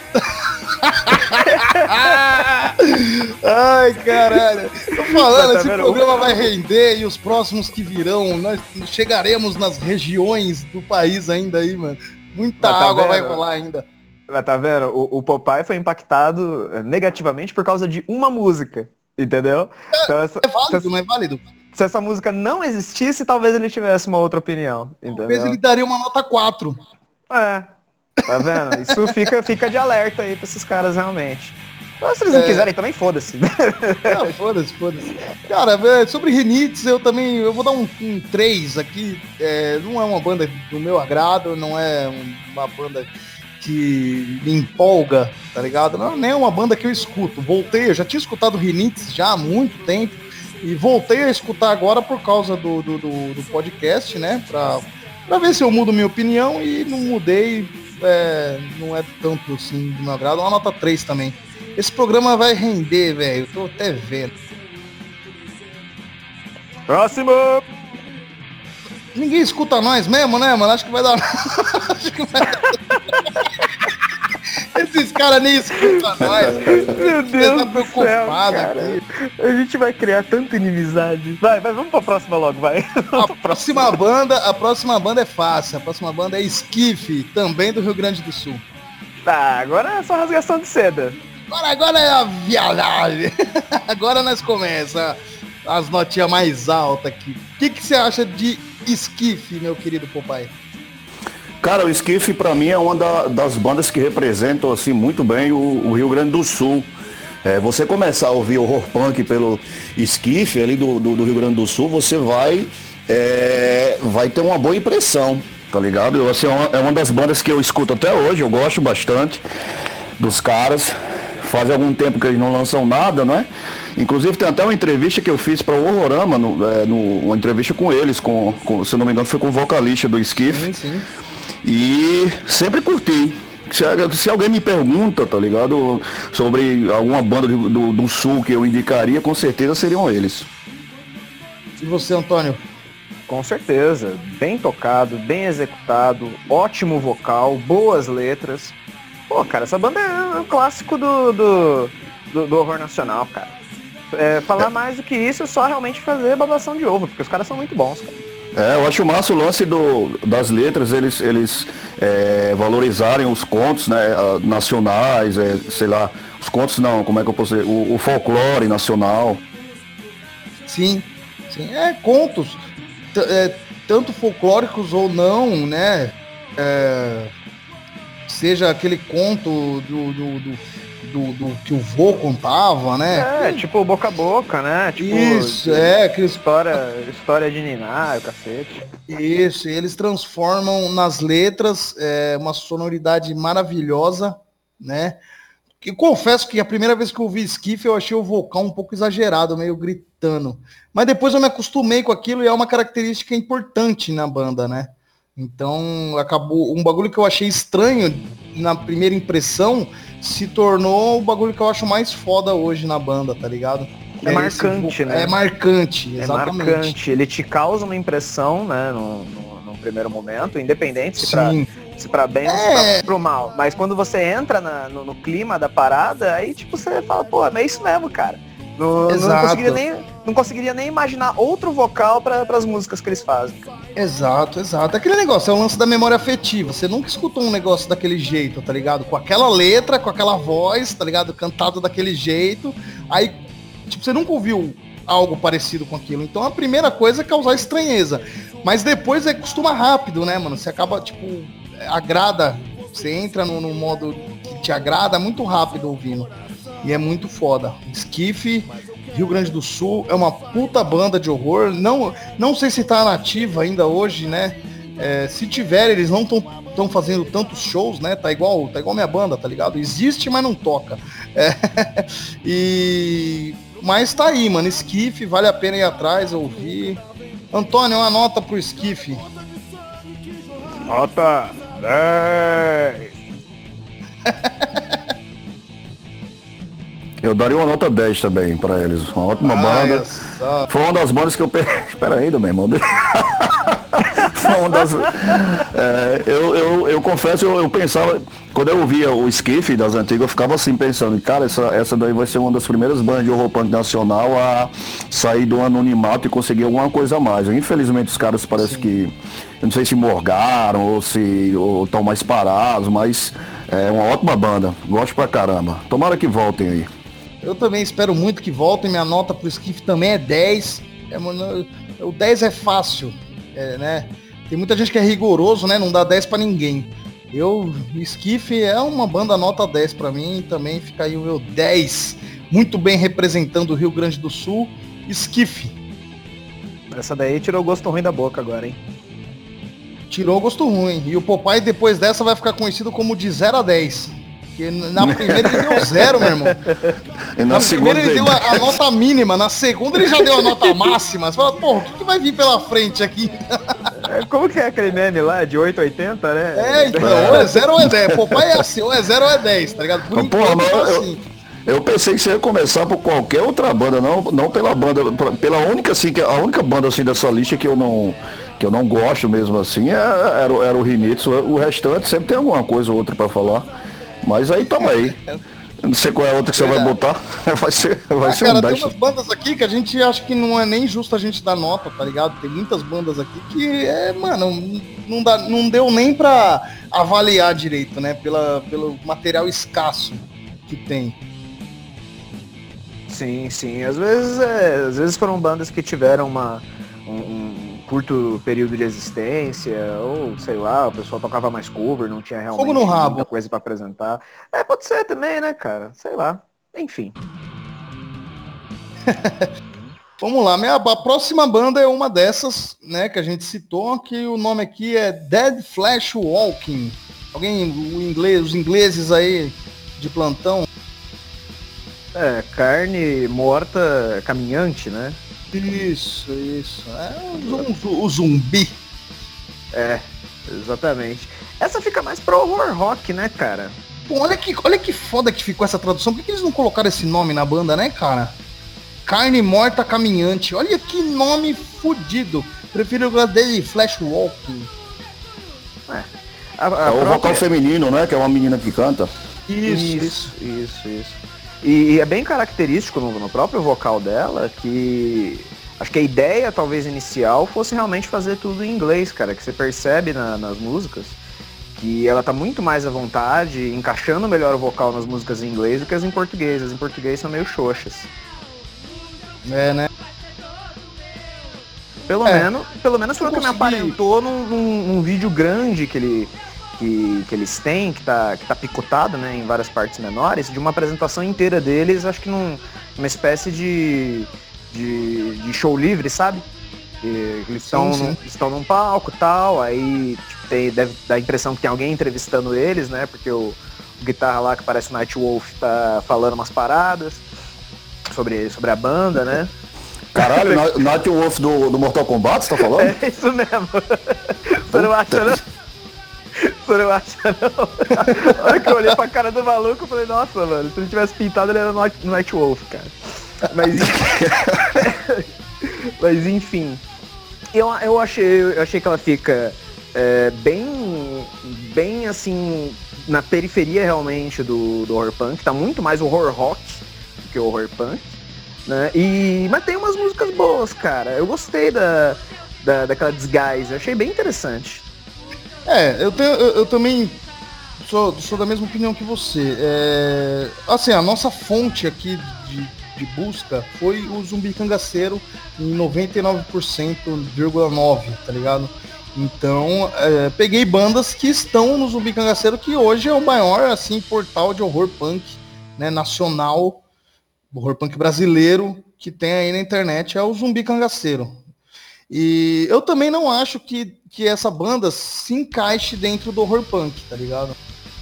Ai, caralho. Tô falando, tá esse vendo? Programa vai render e os próximos que virão, nós chegaremos nas regiões do país ainda aí, mano. Muita tá água vendo? Vai rolar ainda.
Mas tá vendo? O, o Popeye foi impactado negativamente por causa de uma música, entendeu?
É, então, essa, é válido, essa, não é válido.
Se essa música não existisse, talvez ele tivesse uma outra opinião, entendeu?
Talvez ele daria uma nota quatro.
É. Tá vendo? Isso fica, fica de alerta aí pra esses caras realmente. Mas se eles não é... quiserem também, foda-se.
Não, foda-se, foda-se. Cara, sobre Renitz, eu também eu vou dar um, um três aqui. É, não é uma banda do meu agrado, não é uma banda que me empolga, tá ligado? Não, nem é uma banda que eu escuto. Voltei, eu já tinha escutado Renitz já há muito tempo e voltei a escutar agora por causa do, do, do, do podcast, né? Pra, pra ver se eu mudo minha opinião e não mudei. É, não é tanto assim do meu agrado, uma nota três também. Esse programa vai render, velho. Tô até vendo.
Próximo!
Ninguém escuta nós mesmo, né, mano? Acho que vai dar. Acho que vai... Esses caras nem escutam nós.
Meu Deus tá do céu, cara. Aqui. A gente vai criar tanta inimizade. Vai, vai, vamos pra próxima logo, vai.
A próxima banda, a próxima banda é fácil. A próxima banda é Skiff, também do Rio Grande do Sul.
Tá, agora é só rasgação de seda.
Agora, agora é a viadagem. Agora nós começa as notinhas mais altas aqui. O que, que você acha de Skiff, meu querido Popeye?
Cara, o Skiff pra mim é uma da, das bandas que representam assim, muito bem o, o Rio Grande do Sul. É, você começar a ouvir horror punk pelo Skiff ali do, do, do Rio Grande do Sul, você vai, é, vai ter uma boa impressão, tá ligado? Eu, assim, é, uma, é uma das bandas que eu escuto até hoje, eu gosto bastante dos caras. Faz algum tempo que eles não lançam nada, né? Inclusive tem até uma entrevista que eu fiz para o Horrorama, no, é, no, uma entrevista com eles, com, com, se eu não me engano foi com o vocalista do Skiff.
Sim, sim.
E sempre curti. Se, se alguém me pergunta, tá ligado, sobre alguma banda do, do, do Sul que eu indicaria, com certeza seriam eles.
E você, Antônio?
Com certeza. Bem tocado, bem executado, ótimo vocal, boas letras. Pô, cara, essa banda é um clássico do, do, do, do horror nacional, cara. É, falar é. mais do que isso é só realmente fazer babação de ovo, porque os caras são muito bons, cara.
É, eu acho massa o lance do, das letras, eles, eles é, valorizarem os contos, né, nacionais, é, sei lá, os contos não, como é que eu posso dizer, o, o folclore nacional.
Sim, sim, é contos, t- é, tanto folclóricos ou não, né, é, seja aquele conto do, do, do, do, do que o vô contava, né?
É, tipo boca a boca, né? Tipo,
isso, é. Que
história, história de Niná, o cacete.
Isso, e eles transformam nas letras é, uma sonoridade maravilhosa, né? Que confesso que a primeira vez que eu ouvi Skiff, eu achei o vocal um pouco exagerado, meio gritando. Mas depois eu me acostumei com aquilo e é uma característica importante na banda, né? Então, acabou. Um bagulho que eu achei estranho na primeira impressão se tornou o bagulho que eu acho mais foda hoje na banda, tá ligado?
É, é marcante, esse, né?
É marcante, exatamente.
É marcante. Ele te causa uma impressão, né, no, no, no primeiro momento, independente se pra, se pra bem é... ou se pra, pro mal. Mas quando você entra na, no, no clima da parada, aí tipo, você fala, pô, é isso mesmo, cara. No, não, conseguiria nem, não conseguiria nem imaginar outro vocal para as músicas que eles fazem.
Exato, exato. Aquele negócio, é o lance da memória afetiva. Você nunca escutou um negócio daquele jeito, tá ligado? Com aquela letra, com aquela voz, tá ligado? Cantado daquele jeito. Aí, tipo, você nunca ouviu algo parecido com aquilo. Então a primeira coisa é causar estranheza. Mas depois é costuma rápido, né, mano? Você acaba, tipo, agrada. Você entra no, no modo que te agrada muito rápido ouvindo. E é muito foda. Skiff, Rio Grande do Sul, é uma puta banda de horror. Não, não sei se tá nativa ainda hoje, né? É, se tiver, eles não estão tão fazendo tantos shows, né? Tá igual, tá igual minha banda, tá ligado? Existe, mas não toca. É, e... Mas tá aí, mano. Skiff, vale a pena ir atrás, ouvir. Antônio, uma nota pro Skiff.
Nota dez.
Eu daria uma nota dez também pra eles. Uma ótima ah, banda. Foi uma das bandas que eu perdi. Espera ainda, meu irmão. Foi uma das. É, eu, eu, eu confesso, eu, eu pensava. Quando eu ouvia o Skiff das antigas, eu ficava assim pensando, cara, essa, essa daí vai ser uma das primeiras bandas de horror punk nacional a sair do anonimato e conseguir alguma coisa a mais. Infelizmente os caras parece Sim. que. Eu não sei se morgaram ou se estão mais parados, mas é uma ótima banda. Gosto pra caramba. Tomara que voltem aí.
Eu também espero muito que voltem. Minha nota pro Skiff também é dez. É, mano, o dez é fácil, é, né? Tem muita gente que é rigoroso, né? Não dá dez pra ninguém. Eu, Skiff é uma banda nota dez pra mim. Também fica aí o meu dez. Muito bem representando o Rio Grande do Sul. Skiff.
Essa daí tirou o gosto ruim da boca agora, hein?
Tirou o gosto ruim. E o Popeye depois dessa vai ficar conhecido como de zero a dez. Porque na primeira ele deu zero, meu irmão.
E na,
na
segunda
primeira ele deu a, a nota mínima, na segunda ele já deu a nota máxima. Você fala, porra, o que, que vai vir pela frente aqui?
É, como que é aquele meme lá, de oito a oitenta, né?
É, então, ou é zero ou é dez. Popeye é assim, ou é zero ou é dez, tá ligado? Por
enquanto, porra, eu, assim. eu, eu pensei que você ia começar por qualquer outra banda, não, não pela banda, pela única, assim, que a única banda assim dessa lista que eu não... que eu não gosto mesmo assim, era, era, era o Himitsu. O restante sempre tem alguma coisa ou outra pra falar. Mas aí tamo aí. Eu não sei qual é a outra que você vai botar. Vai ser, vai
ah,
ser
cara,
um
tem umas bandas aqui que a gente acha que não é nem justo a gente dar nota, tá ligado? Tem muitas bandas aqui que, é, mano, não, dá, não deu nem pra avaliar direito, né? Pela, pelo material escasso que tem.
Sim, sim. Às vezes, é, às vezes foram bandas que tiveram uma... Um, um curto período de existência, ou sei lá, o pessoal tocava mais cover, não tinha realmente
Fogo no rabo.
muita coisa pra apresentar. É, pode ser também, né, cara? Sei lá. Enfim.
Vamos lá, minha, a próxima banda é uma dessas, né, que a gente citou, que o nome aqui é Dead Flesh Walking. Alguém, o inglês, os ingleses aí de plantão?
É, carne morta caminhante, né?
Isso, isso. É o zumbi.
É, exatamente. Essa fica mais pro horror rock, né, cara?
Pô, olha que, olha que foda que ficou essa tradução. Por que eles não colocaram esse nome na banda, né, cara? Carne morta caminhante. Olha que nome fodido. Prefiro o dele Flash Walking.
É. A, a é o própria... vocal feminino, né? Que é uma menina que canta.
Isso, isso, isso, isso. E, e é bem característico no, no próprio vocal dela que acho que a ideia talvez inicial fosse realmente fazer tudo em inglês, cara, que você percebe na, nas músicas que ela tá muito mais à vontade, encaixando melhor o vocal nas músicas em inglês do que as em português. As em português são meio xoxas.
É, né?
Pelo é. menos, pelo menos foi o que me aparentou num, num, num vídeo grande que ele Que, que eles têm, que tá, que tá picotado, né, em várias partes menores, de uma apresentação inteira deles, acho que num, numa espécie de, de, de show livre, sabe? E eles estão num, estão num palco e tal, aí tipo, tem, deve dar a impressão que tem alguém entrevistando eles, né, porque o, o guitarra lá, que parece o Nightwolf, tá falando umas paradas sobre, sobre a banda, né?
Caralho, Na- Night Wolf do, do Mortal Kombat, você tá falando?
É isso mesmo. Você não acha, não? Você não acha, não? A hora que eu olhei pra cara do maluco, eu falei, nossa, mano, se ele tivesse pintado, ele era Night, Night Wolf, cara. Mas, Mas enfim, eu, eu, achei, eu achei que ela fica é, bem, bem assim, na periferia realmente do, do horror punk, tá muito mais horror rock do que horror punk, né? E, mas tem umas músicas boas, cara, eu gostei da, da, daquela Disguise, eu achei bem interessante.
É, eu, tenho, eu, eu também sou, sou da mesma opinião que você. É, assim, a nossa fonte aqui de, de busca foi o Zumbi Cangaceiro em noventa e nove por cento, vírgula nove, tá ligado? Então, é, peguei bandas que estão no Zumbi Cangaceiro, que hoje é o maior, assim, portal de horror punk, né, nacional, horror punk brasileiro, que tem aí na internet, é o Zumbi Cangaceiro. E eu também não acho que, que essa banda se encaixe dentro do horror punk, tá ligado?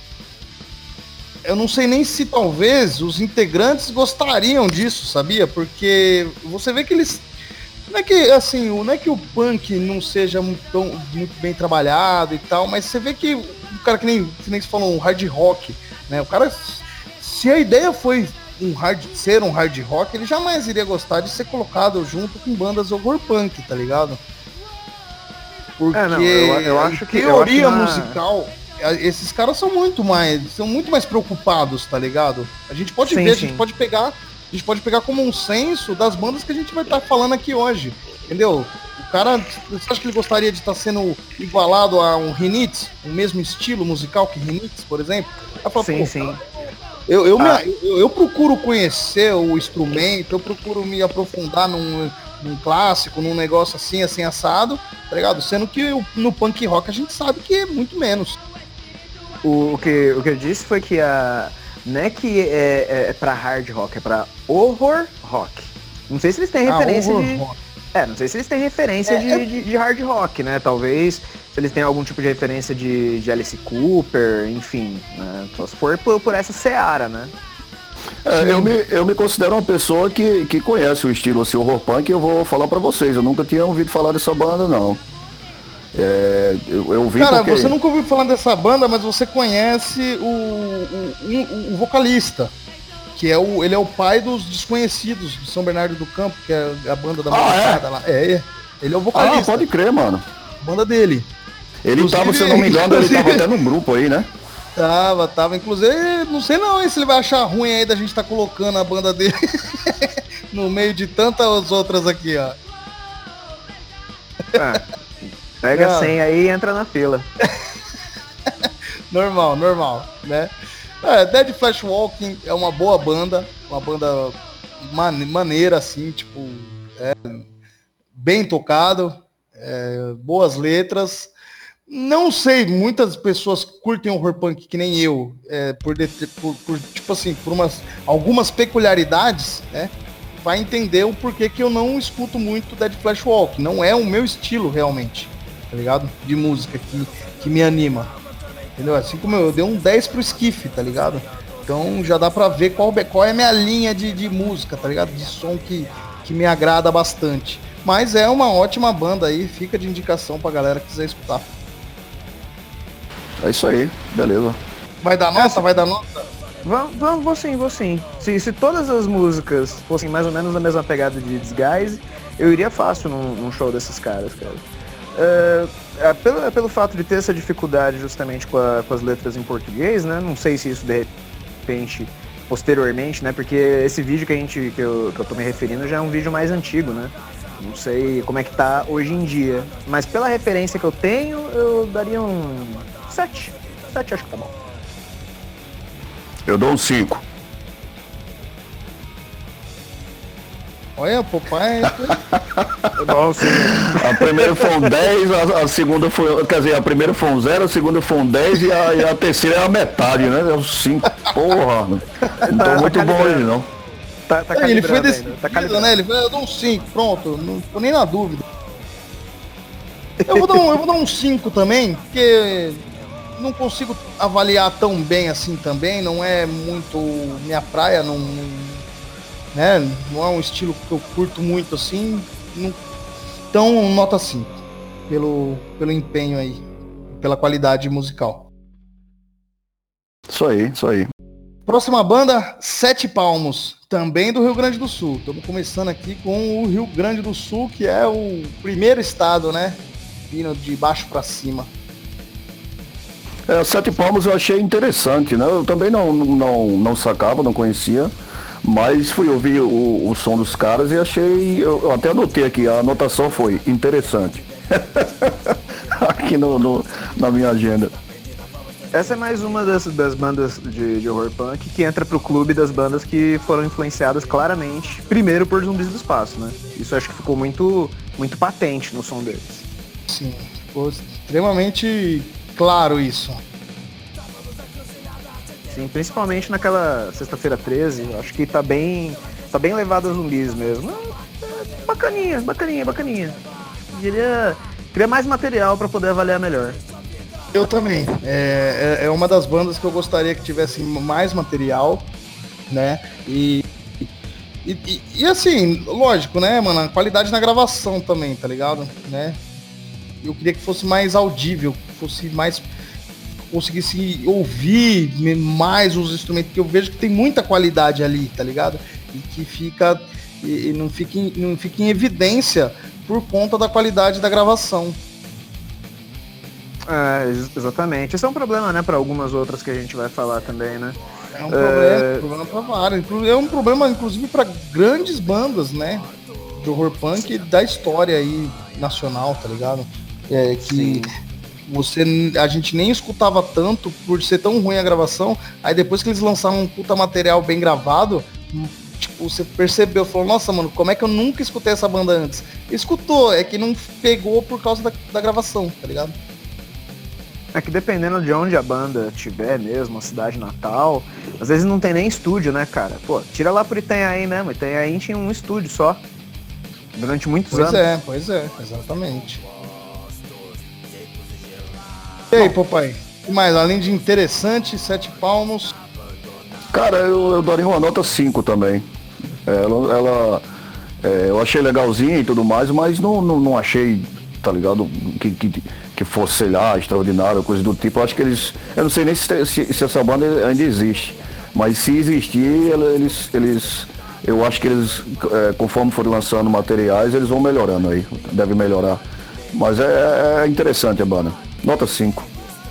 Eu não sei nem se talvez os integrantes gostariam disso, sabia? Porque você vê que eles... Não é que, assim, não é que o punk não seja muito, tão, muito bem trabalhado e tal, mas você vê que o cara que nem, que nem se falou, um hard rock, né? O cara, se a ideia foi um hard, ser um hard rock, ele jamais iria gostar de ser colocado junto com bandas horror punk, tá ligado? Porque
é, não, eu, eu acho que,
teoria
eu acho na...
musical, esses caras são muito mais, são muito mais preocupados, tá ligado? A gente pode
sim,
ver,
sim.
a gente pode pegar, a gente pode pegar como um senso das bandas que a gente vai estar tá falando aqui hoje, entendeu? O cara, você acha que ele gostaria de estar tá sendo igualado a um Rinitz, o mesmo estilo musical que Rinitz, por exemplo? Falo,
sim, sim.
Eu, eu,
ah.
me, eu, eu procuro conhecer o instrumento, eu procuro me aprofundar num, num clássico, num negócio assim, assim, assado, tá ligado? Sendo que no punk rock a gente sabe que é muito menos.
O, o, que, o que eu disse foi que a, não é que é, é pra hard rock, é pra horror rock. Não sei se eles têm referência ah, de... Rock. É, não sei se eles têm referência é, de, é... De, de hard rock, né? Talvez se eles têm algum tipo de referência de, de Alice Cooper, enfim, né? Só se for por, por essa seara, né?
É, eu, me, eu me considero uma pessoa que, que conhece o estilo assim, horror punk, e eu vou falar pra vocês, eu nunca tinha ouvido falar dessa banda, não. É, eu, eu ouvi
Cara,
porque...
você nunca ouviu falar dessa banda, mas você conhece o, o, o, o vocalista, que é o, ele é o pai dos Desconhecidos, de São Bernardo do Campo, que é a banda da molecada ah, é? lá. É, ele é o vocalista.
Ah, pode crer, mano.
Banda dele.
Ele inclusive, tava, se eu não me engano, ele tava até num grupo aí, né?
Tava, tava. Inclusive, não sei não hein, se ele vai achar ruim aí da gente tá colocando a banda dele no meio de tantas outras aqui, ó.
Ah, pega a senha aí e entra na fila.
Normal, normal, né? É, Dead Flesh Walking é uma boa banda, uma banda man maneira, assim, tipo, é, bem tocado, é, boas letras. Não sei, muitas pessoas curtem horror punk que nem eu, é, por, por, por, tipo assim, por umas, algumas peculiaridades, né? Vai entender o porquê que eu não escuto muito Dead Flesh Walking. Não é o meu estilo realmente, tá ligado? De música que, que me anima. Entendeu? Assim como eu, eu dei um dez pro Skiff, tá ligado? Então já dá pra ver qual, qual é a minha linha de, de música, tá ligado? De som que, que me agrada bastante. Mas é uma ótima banda aí, fica de indicação pra galera que quiser escutar.
É isso aí, beleza.
Vai dar nota? Vai dar nota?
Vamos, vamos, vou sim, vou sim. Se, se todas as músicas fossem mais ou menos na mesma pegada de Disguise, eu iria fácil num, num show desses caras, cara. Uh, é, pelo, é pelo fato de ter essa dificuldade justamente com, a, com as letras em português, né? Não sei se isso de repente, posteriormente, né? Porque esse vídeo que, a gente, que, eu, que eu tô me referindo já é um vídeo mais antigo, né? Não sei como é que tá hoje em dia. Mas pela referência que eu tenho, eu daria um sete. sete acho que tá bom.
Eu dou um cinco.
Olha, papai.
Nossa.
A primeira foi um dez, a, a segunda foi. Quer dizer, a primeira foi um zero, a segunda foi um dez e a, e a terceira é a metade, né? É um cinco. Porra. Não tô
tá,
muito
tá
bom hoje, não.
Tá, tá
é, ele foi decidido,
tá
né? Ele foi, eu dou um cinco, pronto. Não tô nem na dúvida. Eu vou dar um, eu vou dar um cinco também, porque não consigo avaliar tão bem assim também. Não é muito minha praia, não. né? Não é um estilo que eu curto muito assim. Não... Então, nota cinco. Pelo, pelo empenho aí, pela qualidade musical.
Isso aí, isso aí.
Próxima banda, Sete Palmos, também do Rio Grande do Sul. Estamos começando aqui com o Rio Grande do Sul, que é o primeiro estado, né? Vindo de baixo para cima.
É, Sete Palmos eu achei interessante, né? Eu também não, não, não sacava, não conhecia, mas fui ouvir o, o som dos caras e achei, eu, eu até anotei aqui, a anotação foi interessante. Aqui no, no, na minha agenda.
Essa é mais uma das, das bandas de, de horror punk que entra pro clube das bandas que foram influenciadas claramente, primeiro por Zumbis do Espaço, né? Isso acho que ficou muito, muito patente no som deles.
Sim, ficou extremamente claro isso.
Sim, principalmente naquela Sexta-feira treze, acho que tá bem, tá bem levado a zumbis mesmo. É bacaninha, bacaninha, bacaninha. Queria, queria mais material para poder avaliar melhor.
Eu também. É, é uma das bandas que eu gostaria que tivesse mais material, né? E, e, e, e assim, lógico, né, mano? A qualidade na gravação também, tá ligado? Né? Eu queria que fosse mais audível, que fosse mais... conseguisse ouvir mais os instrumentos, que eu vejo que tem muita qualidade ali, tá ligado? E que fica... E, e não, fica em, não fica em evidência por conta da qualidade da gravação.
É, exatamente. Esse é um problema, né, para algumas outras que a gente vai falar também, né?
É um problema, é... problema para várias. É um problema, inclusive, para grandes bandas, né, de horror punk da história aí nacional, tá ligado? É que Sim. você, a gente nem escutava tanto por ser tão ruim a gravação. Aí depois que eles lançaram um puta material bem gravado, tipo, você percebeu, falou, nossa, mano, como é que eu nunca escutei essa banda antes? Escutou, é que não pegou por causa da, da gravação, tá ligado?
É que dependendo de onde a banda tiver mesmo, a cidade natal, às vezes não tem nem estúdio, né, cara? Pô, tira lá pro Itanhaém mesmo, Itanhaém tinha um estúdio só, durante muitos
pois
anos.
Pois é, pois é, exatamente. E aí, papai? O que mais? Além de interessante, Sete Palmos...
Cara, eu, eu daria uma nota cinco também. Ela, ela é, eu achei legalzinha e tudo mais, mas não, não, não achei, tá ligado, que, que, que fosse, sei lá, extraordinário, coisa do tipo. Eu acho que eles, eu não sei nem se, se, se essa banda ainda existe, mas se existir, eles, eles eu acho que eles, é, conforme forem lançando materiais, eles vão melhorando aí, deve melhorar. Mas é, é interessante a banda. Nota cinco.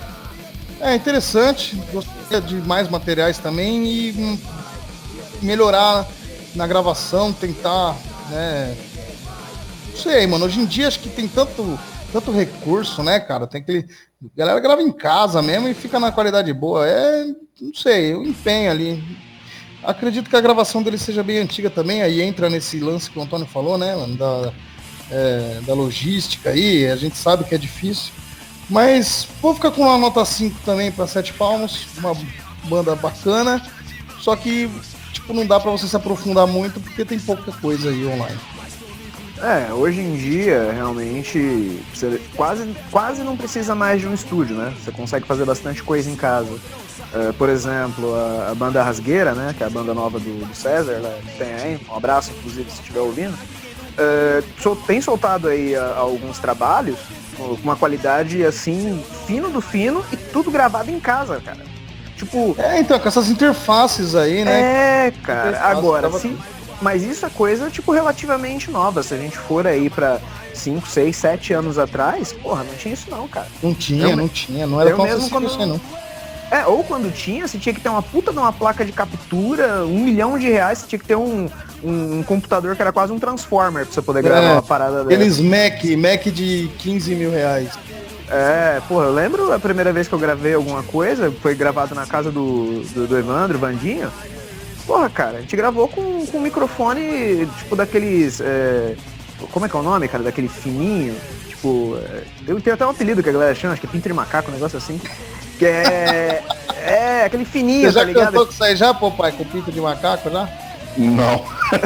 É interessante, gostaria de mais materiais também e hum, melhorar na gravação, tentar, né? Não sei, mano, hoje em dia acho que tem tanto, tanto recurso, né, cara? Tem aquele. A galera grava em casa mesmo e fica na qualidade boa. É, não sei, eu empenho ali. Acredito que a gravação dele seja bem antiga também, aí entra nesse lance que o Antônio falou, né, mano, da, é, da logística aí, a gente sabe que é difícil. Mas vou ficar com uma nota cinco também para Sete Palmos, uma banda bacana, só que tipo, não dá para você se aprofundar muito porque tem pouca coisa aí online.
É, hoje em dia, realmente, você quase, quase não precisa mais de um estúdio, né? Você consegue fazer bastante coisa em casa. Uh, por exemplo, a, a banda Rasgueira, né? Que é a banda nova do, do César, né? Tem aí, um abraço, inclusive, se estiver ouvindo. Uh, sol, tem soltado aí a, a alguns trabalhos com uma qualidade, assim, fino do fino e tudo gravado em casa, cara. Tipo...
É, então, com essas interfaces aí, né?
É, cara, agora, sim. Mas isso é coisa, tipo, relativamente nova. Se a gente for aí pra cinco, seis, sete anos atrás, porra, não tinha isso não, cara.
Não tinha, eu, não tinha. Não era
tão mesmo quando assim, não. É, ou quando tinha, você tinha que ter uma puta de uma placa de captura, um milhão de reais, você tinha que ter um, um, um computador que era quase um Transformer pra você poder gravar é, uma parada dessa.
Aqueles Mac, Mac de quinze mil reais.
É, porra, eu lembro a primeira vez que eu gravei alguma coisa, foi gravado na casa do, do, do Evandro, Vandinho. Porra, cara, a gente gravou com, com um microfone, tipo, daqueles... É, como é que é o nome, cara? Daquele fininho, tipo... É, eu tenho até um apelido que a galera chama, acho que é pinto de macaco, um negócio assim. Que é... É, aquele fininho,
você já
tá ligado?
cantou com isso aí já, papai, com pinto de macaco, já?
Não.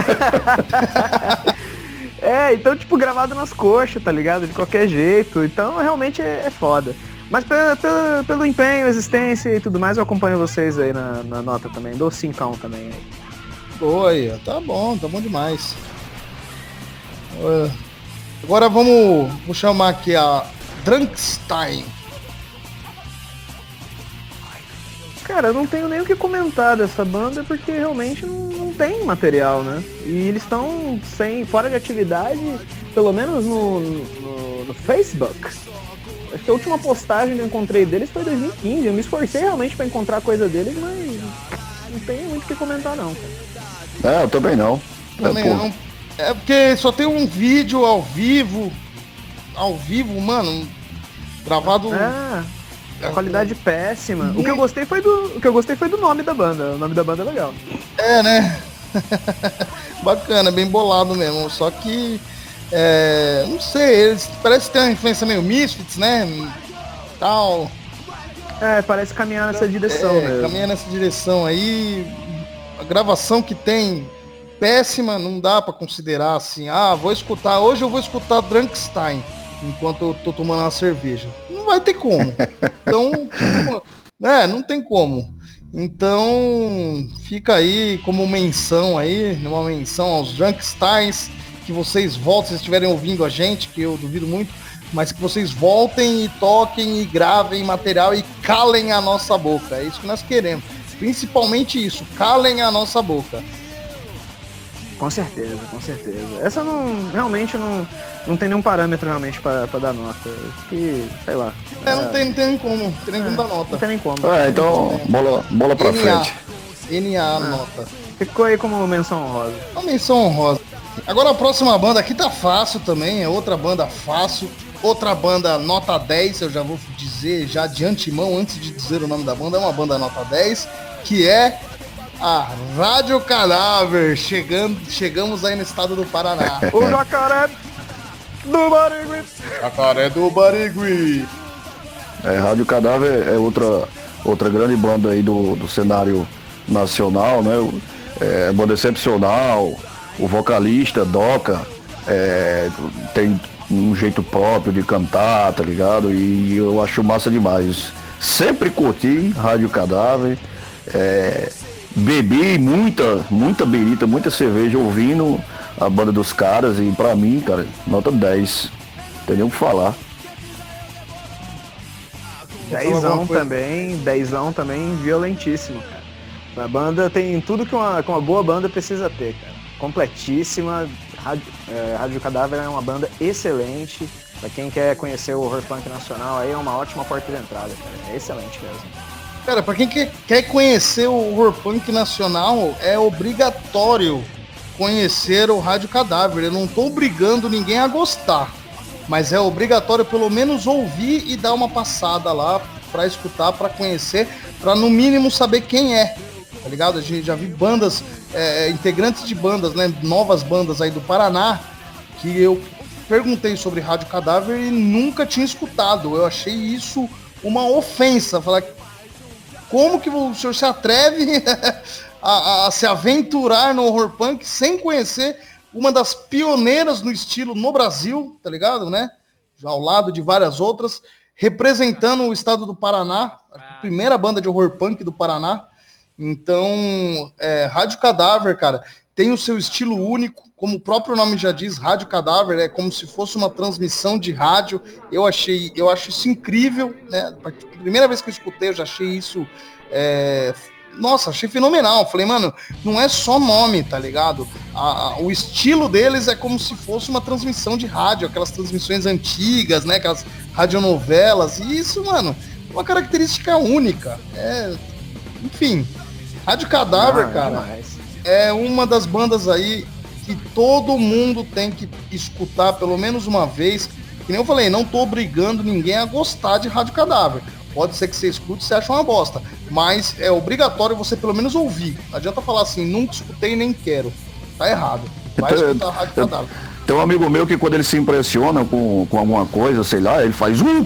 É, então, tipo, gravado nas coxas, tá ligado? De qualquer jeito. Então, realmente é, é foda. Mas pelo, pelo, pelo empenho, existência e tudo mais, eu acompanho vocês aí na, na nota também. Dou cincão também.
Gostou aí, ó. Tá bom, tá bom demais. Uh, agora vamos, vou chamar aqui a Drunkstein.
Cara, eu não tenho nem o que comentar dessa banda porque realmente não, não tem material, né? E eles estão sem, fora de atividade, pelo menos no, no, no Facebook. Acho que a última postagem que eu encontrei deles foi em dois mil e quinze. Eu me esforcei realmente pra encontrar coisa deles, mas não tem muito o que comentar não, cara.
É, eu também não.
Também
é,
não. É porque só tem um vídeo ao vivo. Ao vivo, mano. Gravado.
É. A qualidade péssima. Muito... O que eu gostei foi do, o que eu gostei foi do nome da banda. O nome da banda é legal.
É, né? Bacana, bem bolado mesmo. Só que é, não sei, eles parece que tem uma influência meio Misfits, né? Tal.
É, parece caminhar nessa direção,
é,
mesmo.
Caminhar nessa direção aí. A gravação que tem péssima, não dá pra considerar assim, ah, vou escutar, hoje eu vou escutar Drunkstein enquanto eu tô tomando uma cerveja. Não vai ter como. Então, é, não tem como. Então, fica aí como menção aí, uma menção aos Drunksteins, que vocês voltem, se estiverem ouvindo a gente, que eu duvido muito, mas que vocês voltem e toquem e gravem material e calem a nossa boca. É isso que nós queremos. Principalmente isso, calem a nossa boca.
Com certeza, com certeza. Essa não, realmente não, não tem nenhum parâmetro realmente pra, pra dar nota. Acho que, sei lá.
É, não tem, não tem nem como, não tem nem como dar nota.
Não tem nem como.
É, então, bola, bola pra
N A,
frente.
N A, nota.
Ficou aí como menção honrosa.
Uma menção honrosa. Agora a próxima banda aqui tá fácil também, é outra banda fácil. Outra banda nota dez, eu já vou dizer já de antemão, antes de dizer o nome da banda, é uma banda nota dez, que é a Rádio Cadáver, chegando, chegamos aí no estado do Paraná.
O Jacaré do Barigui.
Jacaré do Barigui.
É, Rádio Cadáver é outra, outra grande banda aí do, do cenário nacional, né? É, banda excepcional, o vocalista, Doca, é, tem um jeito próprio de cantar, tá ligado? E eu acho massa demais. Sempre curti Rádio Cadáver, é, bebi muita, muita berita, muita cerveja ouvindo a banda dos caras e pra mim, cara, nota dez. Não tem nem o que falar.
Dezão também, dezão também violentíssimo, cara. A banda tem tudo que uma, que uma boa banda precisa ter, cara. Completíssima. Rádio, é, Rádio Cadáver é uma banda excelente. Pra quem quer conhecer o horror punk nacional, aí é uma ótima porta de entrada, cara. É excelente mesmo.
Cara, pra quem quer conhecer o horror punk nacional, é obrigatório conhecer o Rádio Cadáver. Eu não tô obrigando ninguém a gostar, mas é obrigatório pelo menos ouvir e dar uma passada lá pra escutar, pra conhecer, pra no mínimo saber quem é, tá ligado? A gente já vi bandas, é, integrantes de bandas, né, novas bandas aí do Paraná, que eu perguntei sobre Rádio Cadáver e nunca tinha escutado. Eu achei isso uma ofensa, falar como que o senhor se atreve a, a, a se aventurar no horror punk sem conhecer uma das pioneiras no estilo no Brasil, tá ligado, né? Já ao lado de várias outras, representando o estado do Paraná, a primeira banda de horror punk do Paraná. Então, é, Rádio Cadáver, cara, tem o seu estilo único, como o próprio nome já diz, Rádio Cadáver, é como se fosse uma transmissão de rádio. Eu achei, eu acho isso incrível, né? A primeira vez que eu escutei, eu já achei isso, é, nossa, achei fenomenal. Falei, mano, não é só nome, tá ligado? A, a, o estilo deles é como se fosse uma transmissão de rádio, aquelas transmissões antigas, né? Aquelas radionovelas. E isso, mano, é uma característica única. É, enfim, Rádio Cadáver, ah, cara, é, é uma das bandas aí que todo mundo tem que escutar pelo menos uma vez. Que nem eu falei, não tô obrigando ninguém a gostar de Rádio Cadáver. Pode ser que você escute e você acha uma bosta, mas é obrigatório você pelo menos ouvir. Não adianta falar assim, nunca escutei nem quero. Tá errado. Vai escutar a Rádio Cadáver.
Tem um amigo meu que quando ele se impressiona com, com alguma coisa, sei lá, ele faz o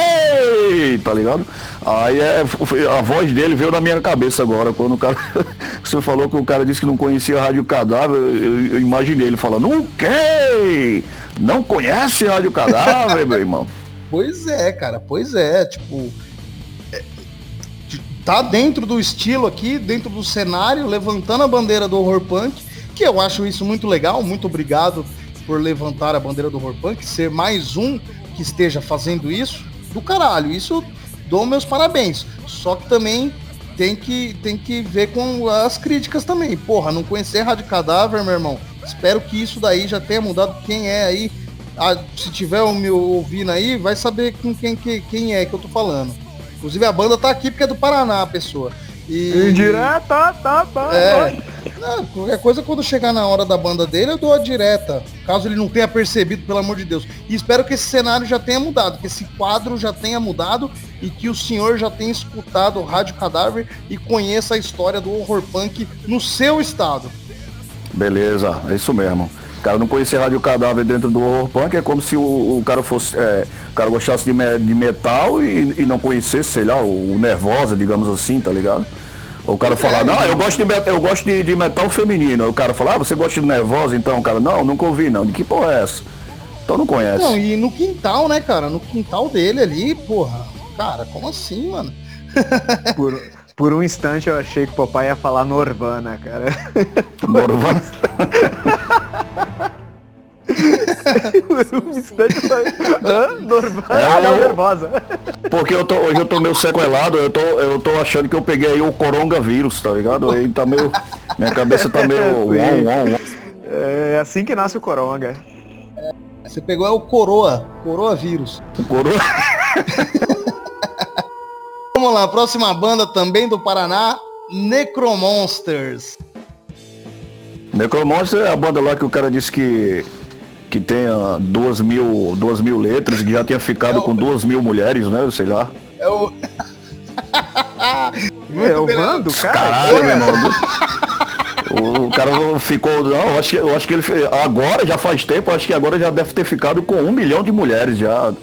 quê? Tá ligado? Aí é, a voz dele veio na minha cabeça agora, quando o cara, você falou que o cara disse que não conhecia a Rádio Cadáver, eu, eu imaginei ele falando, o quê? Não conhece a Rádio Cadáver, meu irmão?
Pois é, cara, pois é, tipo, é, tá dentro do estilo aqui, dentro do cenário, levantando a bandeira do horror punk, que eu acho isso muito legal. Muito obrigado por levantar a bandeira do horror punk, ser mais um que esteja fazendo isso, do caralho. Isso dou meus parabéns. Só que também tem que, tem que ver com as críticas também. Porra, não conhecer Rádio Cadáver, meu irmão. Espero que isso daí já tenha mudado. Quem é aí, ah, se tiver me ouvindo aí, vai saber com quem, quem, quem é que eu tô falando. Inclusive a banda tá aqui porque é do Paraná, a pessoa. E... Direta, tá, tá. É. Não, qualquer coisa, quando chegar na hora da banda dele, eu dou a direta. Caso ele não tenha percebido, pelo amor de Deus. E espero que esse cenário já tenha mudado, que esse quadro já tenha mudado e que o senhor já tenha escutado o Rádio Cadáver e conheça a história do horror punk no seu estado.
Beleza, é isso mesmo. O cara não conhecer Rádio Cadáver dentro do horror punk é como se o, o cara fosse, é, o cara gostasse de, me, de metal e, e não conhecesse, sei lá, o, o Nervosa, digamos assim, tá ligado? O cara falar, não, eu gosto, de, eu gosto de, de metal feminino. O cara fala, ah, você gosta de Nervosa então? O cara, não, nunca ouvi não. De que porra é essa? Então não conhece.
Não, e no quintal, né, cara? No quintal dele ali, porra. Cara, como assim, mano?
Por, por um instante eu achei que o papai ia falar Norvana, cara.
Norvana?
Por um instante eu falei, hã? Norvana? É, ah, não, nervosa.
Porque eu tô, hoje eu tô meio sequelado, eu tô, eu tô achando que eu peguei aí o coronavírus, tá ligado? Aí tá meio. Minha cabeça tá meio. Uau, uau, uau.
É assim que nasce o coronga.
Você pegou é o coroa, coroa vírus.
O coroa.
Vamos lá, próxima banda também do Paraná, Necromonsters.
Necromonsters é a banda lá que o cara disse que que tenha duas mil, duas mil letras e que já tinha ficado é o... com duas mil mulheres, né? Sei lá.
É o.
É o Vando, cara?
Caralho, meu irmão. O cara ficou. Não, eu acho, eu acho que ele. Agora, já faz tempo, acho que agora já deve ter ficado com um milhão de mulheres já.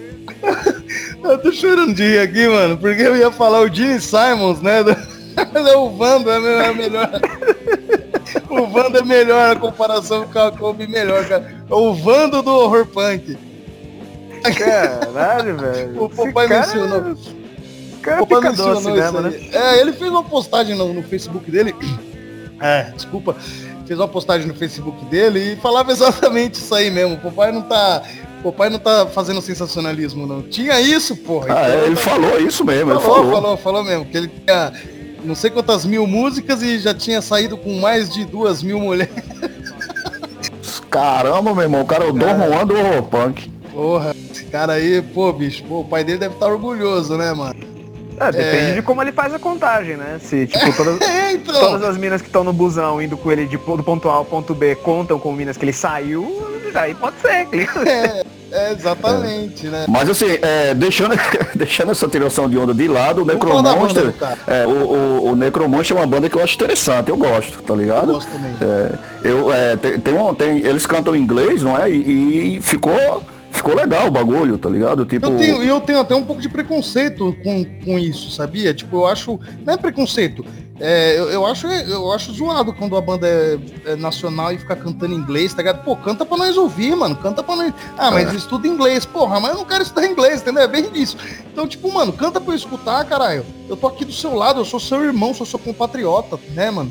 Eu tô chorando de rir aqui, mano, porque eu ia falar o Gene Simons, né? O Vando é melhor. O Vando é melhor, a comparação com a Kobe melhor, cara. O Vando do horror punk.
Caralho, velho.
O papai mencionou.
O papai mencionou isso
né? É, ele fez uma postagem no, no Facebook dele. É, desculpa. Fez uma postagem no Facebook dele e falava exatamente isso aí mesmo. O papai não tá. O papai não tá fazendo sensacionalismo, não. Tinha isso, porra.
Ah,
então,
é, ele tá... falou isso mesmo,
falou,
ele falou.
Falou, falou mesmo, que ele tinha não sei quantas mil músicas e já tinha saído com mais de duas mil mulheres.
Caramba, meu irmão, o cara é o Dom Juan do horror punk.
Porra, esse cara aí, pô, bicho, pô, o pai dele deve estar orgulhoso, né, mano?
É, depende é... de como ele faz a contagem, né? Se, tipo, todas, é, então... todas as minas que estão no busão indo com ele de, do ponto A ao ponto B contam com minas que ele saiu, aí pode ser.
É, é exatamente, é. né?
Mas assim, é, deixando, deixando essa tiração de onda de lado, o Necromonster, é, o, o, o Necromonster é uma banda que eu acho interessante, eu gosto, tá ligado? Eu
gosto também.
É, eu, é, tem, tem, um, tem, eles cantam em inglês, não é? E, e ficou... Ficou legal o bagulho, tá ligado? Tipo...
Eu tenho, eu tenho até um pouco de preconceito com, com isso, sabia? Tipo, eu acho... Não é preconceito. É, eu, eu, acho, eu acho zoado quando a banda é, é nacional e fica cantando em inglês, tá ligado? Pô, canta pra nós ouvir, mano. Canta pra nós... Ah, mas é. estuda inglês. Porra, mas eu não quero estudar inglês, entendeu? É bem isso. Então, tipo, mano, canta pra eu escutar, caralho. Eu tô aqui do seu lado, eu sou seu irmão, sou seu compatriota, né, mano?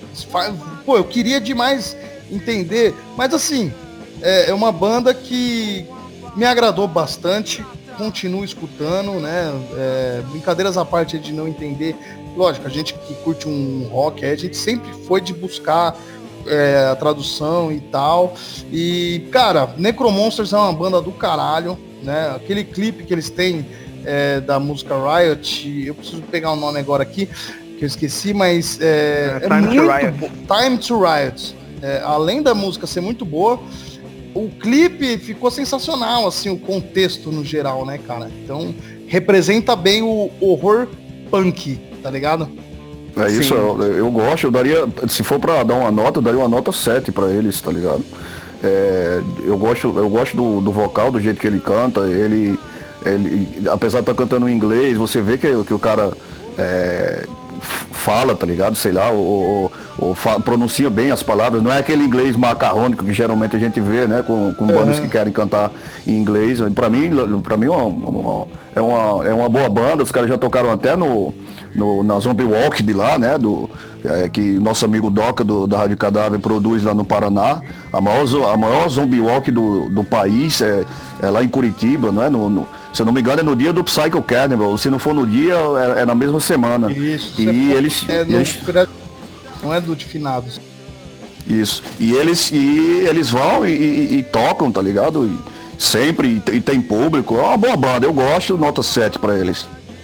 Pô, eu queria demais entender. Mas, assim, é, é uma banda que... me agradou bastante, continuo escutando, né? É, brincadeiras à parte de não entender. Lógico, a gente que curte um rock, a gente sempre foi de buscar é, a tradução e tal. E, cara, Necromonsters é uma banda do caralho, né? Aquele clipe que eles têm é, da música Riot, eu preciso pegar o nome agora aqui, que eu esqueci, mas é, é, é muito bo- Time to Riot. É, além da música ser muito boa, o clipe ficou sensacional, assim, o contexto no geral, né, cara? Então, representa bem o horror punk, tá ligado?
É isso, eu, eu gosto, eu daria, se for pra dar uma nota, eu daria uma nota sete pra eles, tá ligado? É, eu gosto, eu gosto do, do vocal, do jeito que ele canta, ele, ele apesar de estar tá cantando em inglês, você vê que, que o cara é, fala, tá ligado? Sei lá, ou, ou fa- pronuncia bem as palavras, não é aquele inglês macarrônico que geralmente a gente vê, né, com, com bandas uhum. que querem cantar em inglês. Pra mim, pra mim é, uma, é, uma, é uma boa banda, os caras já tocaram até no, no, na Zombie Walk de lá, né? Do, é, que nosso amigo Doca do, da Rádio Cadáver produz lá no Paraná. A maior, a maior Zombie Walk do, do país é, é lá em Curitiba, não é? No, no, se eu não me engano é no dia do Psycho Carnival. Se não for no dia, é, é na mesma semana.
Isso,
e eles,
é no,
eles...
Não é do de finados.
Isso. E eles, e eles vão e, e, e tocam, tá ligado? E sempre, e, e tem público. É uma boa banda, eu gosto, nota sete pra eles.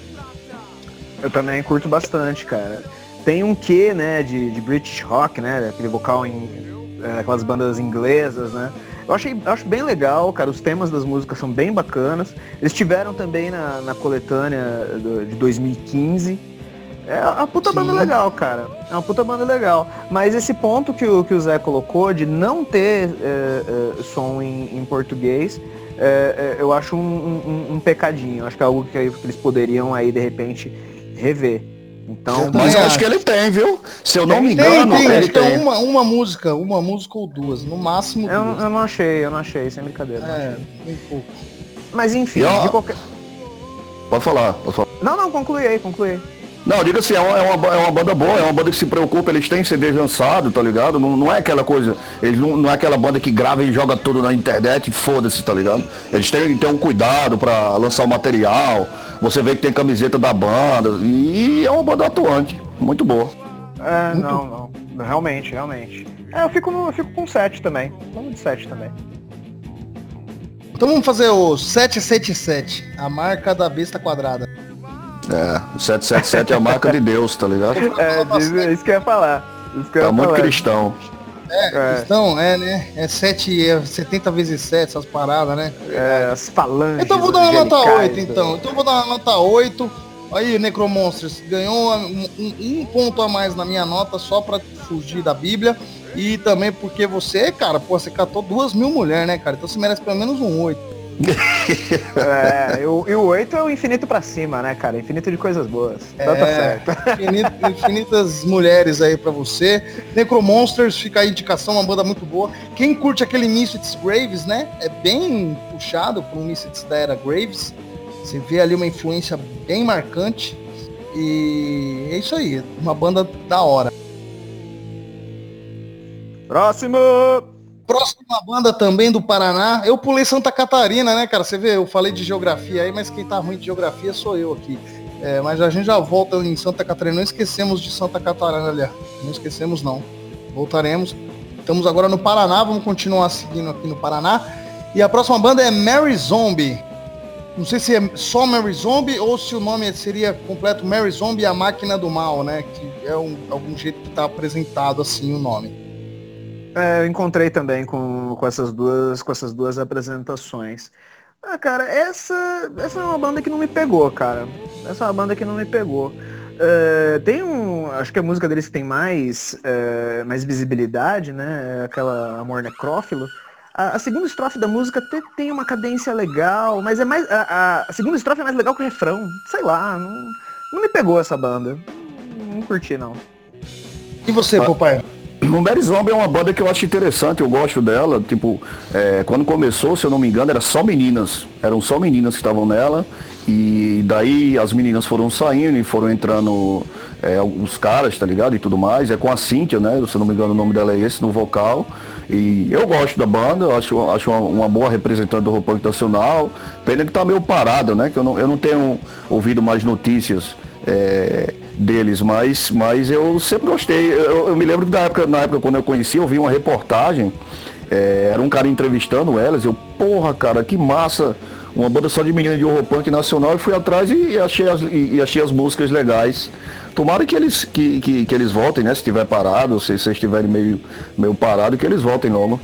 Eu também curto bastante, cara. Tem um quê, né, de, de British Rock, né? Aquele vocal em é, aquelas bandas inglesas, né? Eu achei, eu acho bem legal, cara. Os temas das músicas são bem bacanas. Eles tiveram também na, na coletânea do, de dois mil e quinze. É uma puta Sim. banda legal, cara. É uma puta banda legal. Mas esse ponto que o, que o Zé colocou de não ter é, é, som em, em português, é, é, eu acho um, um, um pecadinho. Eu acho que é algo que eles poderiam aí, de repente, rever. Então,
mas eu acho que ele tem, viu? Se eu não me engano,
tem, tem,
ele tem.
tem. Uma, uma música, uma música ou duas, no máximo
eu,
duas.
Eu não achei, eu não achei, sem brincadeira.
É, bem pouco.
Mas enfim,
eu...
de qualquer...
Pode falar, pode falar.
Não, não, conclui aí, conclui aí.
Não, diga assim, é uma, é, uma, é uma banda boa, é uma banda que se preocupa, eles têm C D lançado, tá ligado? Não, não é aquela coisa, eles não, não é aquela banda que grava e joga tudo na internet e foda-se, tá ligado? Eles têm, têm um cuidado pra lançar o material, você vê que tem camiseta da banda, e é uma banda atuante, muito boa.
É, muito... não, não, realmente, realmente. É, eu fico, no, eu fico com sete também, vamos de sete também.
Então vamos fazer o sete sete sete, a marca da besta quadrada.
É, o sete sete sete é a marca de Deus, tá ligado?
É, isso que eu ia falar. Isso que eu ia
tá muito
falar.
cristão.
É, é, cristão, é, né? É sete, é setenta vezes sete, essas paradas, né?
É, as falanges.
Então vou dar uma nota oito, então. Então vou dar uma nota oito. Aí, Necromonsters, ganhou um, um, um ponto a mais na minha nota só pra fugir da Bíblia. E também porque você, cara, pô, você catou duas mil mulheres, né, cara? Então você merece pelo menos um oito.
É, e o, e o oito é o infinito pra cima, né, cara? Infinito de coisas boas. É, tá certo.
Infinito, infinitas mulheres aí pra você. Necromonsters, fica a indicação, uma banda muito boa. Quem curte aquele Misfits Graves, né? É bem puxado por um Misfits da era Graves. Você vê ali uma influência bem marcante. E é isso aí, uma banda da hora.
Próximo!
Próxima banda também do Paraná. Eu pulei Santa Catarina, né, cara? Você vê, eu falei de geografia aí, mas quem tá ruim de geografia sou eu aqui. É, mas a gente já volta em Santa Catarina. Não esquecemos de Santa Catarina, aliás. Não esquecemos, não. Voltaremos. Estamos agora no Paraná. Vamos continuar seguindo aqui no Paraná. E a próxima banda é Mary Zombie. Não sei se é só Mary Zombie ou se o nome seria completo Mary Zombie e a Máquina do Mal, né? Que é um, algum jeito que tá apresentado assim o nome.
É, eu encontrei também com, com, essas duas, com essas duas apresentações. Ah, cara, essa, essa é uma banda que não me pegou, cara. Essa é uma banda que não me pegou. É, tem um... Acho que a música deles que tem mais, é, mais visibilidade, né? Aquela Amor Necrófilo. A, a segunda estrofe da música até tem uma cadência legal, mas é mais... A, a, a segunda estrofe é mais legal que o refrão. Sei lá, não, não me pegou essa banda. Não, não curti, não.
E você, ah. Papai?
O Mary Zombie é uma banda que eu acho interessante, eu gosto dela, tipo, é, quando começou, se eu não me engano, era só meninas, eram só meninas que estavam nela, e daí as meninas foram saindo e foram entrando é, os caras, tá ligado, e tudo mais, é com a Cíntia, né, se eu não me engano o nome dela é esse, no vocal, e eu gosto da banda, eu acho, acho uma, uma boa representante do rock punk nacional, pena que tá meio parada, né, que eu não, eu não tenho ouvido mais notícias, é, deles, mas, mas eu sempre gostei. Eu, eu me lembro que na época, na época quando eu conheci, eu vi uma reportagem, é, era um cara entrevistando elas, eu, porra, cara, que massa, uma banda só de menina de horror punk nacional, eu fui atrás e, e, achei, as, e, e achei as músicas legais. Tomara que eles, que, que, que eles voltem, né? Se estiver parado, se vocês estiverem meio, meio parado, que eles voltem logo.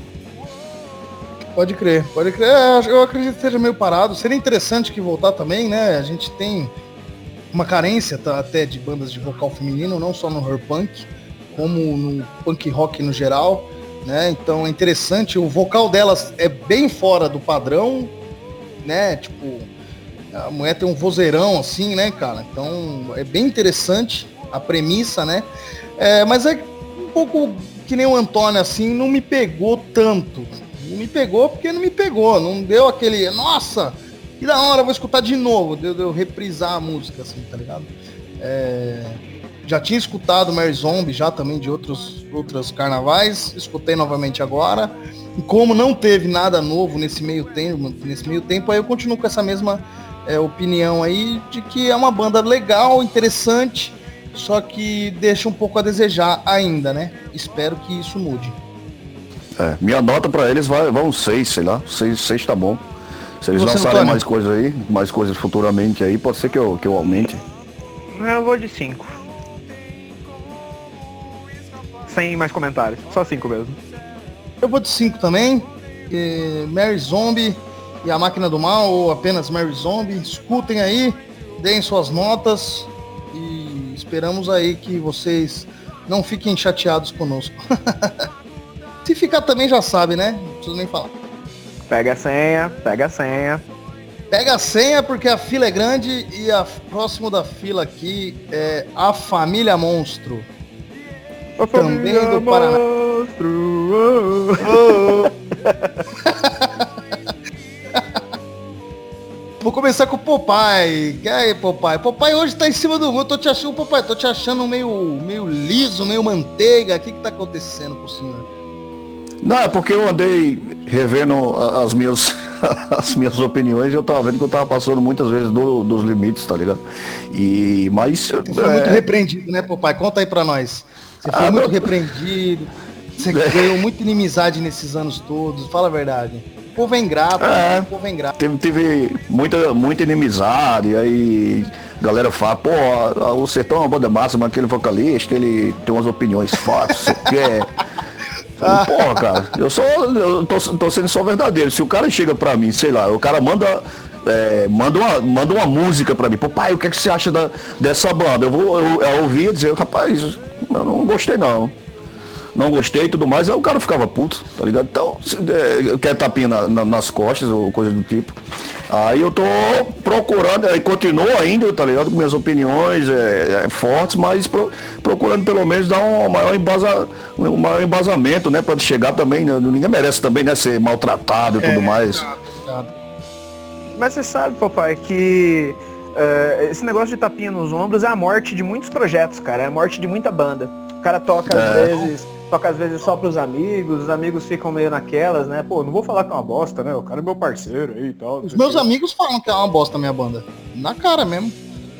Pode crer, pode crer. É, eu acredito que seja meio parado. Seria interessante que voltar também, né? A gente tem uma carência tá, até de bandas de vocal feminino, não só no horror punk, como no punk rock no geral, né? Então é interessante, o vocal delas é bem fora do padrão, né? Tipo, a mulher tem um vozeirão assim, né, cara? Então é bem interessante a premissa, né? É, mas é um pouco que nem o Antônio, assim, não me pegou tanto. Não me pegou porque não me pegou, não deu aquele, nossa, que da hora, vou escutar de novo, deu, deu reprisar a música, assim, tá ligado? É, já tinha escutado Mary Zombie já também de outros, outros carnavais, escutei novamente agora. E como não teve nada novo nesse meio tempo, nesse meio tempo aí eu continuo com essa mesma é, opinião aí de que é uma banda legal, interessante, só que deixa um pouco a desejar ainda, né? Espero que isso mude.
É, minha nota pra eles vai, vai um seis, sei lá, seis, seis tá bom. Se eles
Você,
lançarem
Antônio?
mais coisas aí, mais coisas futuramente aí, pode ser que eu, que eu aumente.
Eu vou de cinco. Sem mais comentários, só cinco mesmo.
Eu vou de cinco também. E Mary Zombie e a Máquina do Mal, ou apenas Mary Zombie, escutem aí, deem suas notas e esperamos aí que vocês não fiquem chateados conosco. Se ficar também já sabe, né? Não preciso nem falar.
Pega a senha, pega a senha.
Pega a senha porque a fila é grande e a próximo da fila aqui é a Família Monstro.
A
Também
família
do Paraná.
Monstro, oh, oh.
Vou começar com o Popeye. E aí, Popeye? Popeye hoje tá em cima do mundo. Tô te achando, Popeye, tô te achando meio, meio liso, meio manteiga. O que que tá acontecendo com o senhor?
Não, é porque eu andei revendo a- as minhas, as minhas opiniões e eu tava vendo que eu tava passando muitas vezes do- dos limites, tá ligado? E, mas...
Você foi muito
é,
repreendido, né, Popeye? Conta aí pra nós. Você foi
Ah,
muito
meu-
repreendido. Você
É.
ganhou muita inimizade nesses anos todos. Fala a verdade. O povo é ingrato.
É.
O povo é ingrato.
Teve, teve muita, muita inimizade, aí a galera fala, pô, a- o Sertão é uma banda massa, mas aquele vocalista, ele tem umas opiniões fortes, você quer. Porra, cara, eu só eu tô, tô sendo só verdadeiro. Se o cara chega pra mim, sei lá, o cara manda. é, manda, uma, manda uma música pra mim, pô, pai, o que, é que você acha da, dessa banda? Eu vou eu, eu ouvir e dizer, rapaz, eu não gostei não. Não gostei e tudo mais, aí o cara ficava puto, tá ligado? Então, se, é, quer tapinha na, na, nas costas ou coisa do tipo. Aí eu tô procurando, aí continuo ainda, tá ligado? Com minhas opiniões é, é, fortes, mas pro, procurando pelo menos dar um maior, embasa, um maior embasamento, né? Pra chegar também, né? Ninguém merece também, né? Ser maltratado e tudo
É,
mais.
exato.
Mas você sabe, papai, que eh, esse negócio de tapinha nos ombros é a morte de muitos projetos, cara. É a morte de muita banda. O cara toca às
É.
vezes, toca às vezes só pros amigos, os amigos ficam meio naquelas, né? Pô, não vou falar que é uma bosta, né? O cara é meu parceiro aí e tal.
Os meus amigos falam que é uma bosta a minha banda. Na cara mesmo.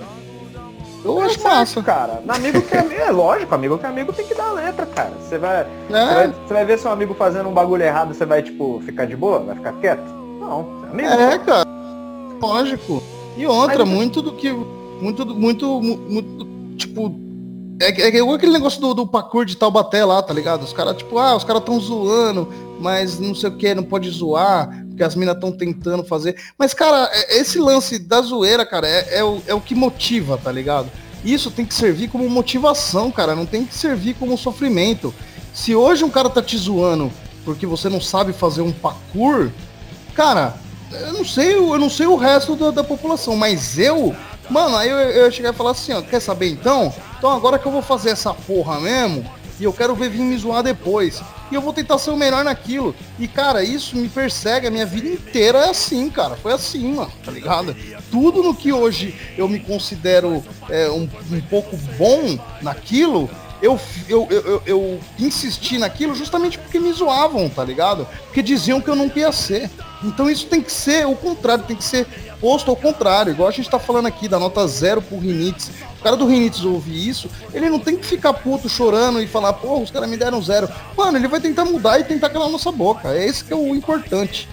Eu
Eu
acho
acho
massa.
cara. No amigo que é amigo, é lógico, amigo que é amigo tem que dar a letra, cara. Você vai,
É.
você vai, você vai ver seu amigo fazendo um bagulho errado, você vai, tipo, ficar de boa? Vai ficar quieto? Não, você é amigo.
É,
pô.
cara. Lógico. E outra,
Mas-
muito do que. Muito, do- muito, mu- muito, tipo. É, é igual aquele negócio do, do parkour de Taubaté lá, tá ligado? Os caras, tipo, ah, os caras tão zoando, mas não sei o que, não pode zoar, porque as minas tão tentando fazer. Mas, cara, é- esse lance da zoeira, cara, é, é, o, é o que motiva, tá ligado? Isso tem que servir como motivação, cara, não tem que servir como sofrimento. Se hoje um cara tá te zoando porque você não sabe fazer um parkour, cara, eu não sei, eu não sei o resto da, da população, mas eu, mano, aí eu, eu ia chegar e falar assim, ó, quer saber então? Então agora que eu vou fazer essa porra mesmo, e eu quero ver vir me zoar depois. E eu vou tentar ser o melhor naquilo. E, cara, isso me persegue a minha vida inteira é assim, cara. Foi assim, mano, tá ligado? Tudo no que hoje eu me considero é, um, um pouco bom naquilo, eu, eu, eu, eu, eu insisti naquilo justamente porque me zoavam, tá ligado? Porque diziam que eu não ia ser. Então isso tem que ser o contrário, tem que ser posto ao contrário. Igual a gente tá falando aqui da nota zero pro Rinitz. O cara do Rinitz ouvir isso, ele não tem que ficar puto chorando e falar, pô, os caras me deram zero. Mano, ele vai tentar mudar e tentar calar a nossa boca. É esse que é o importante.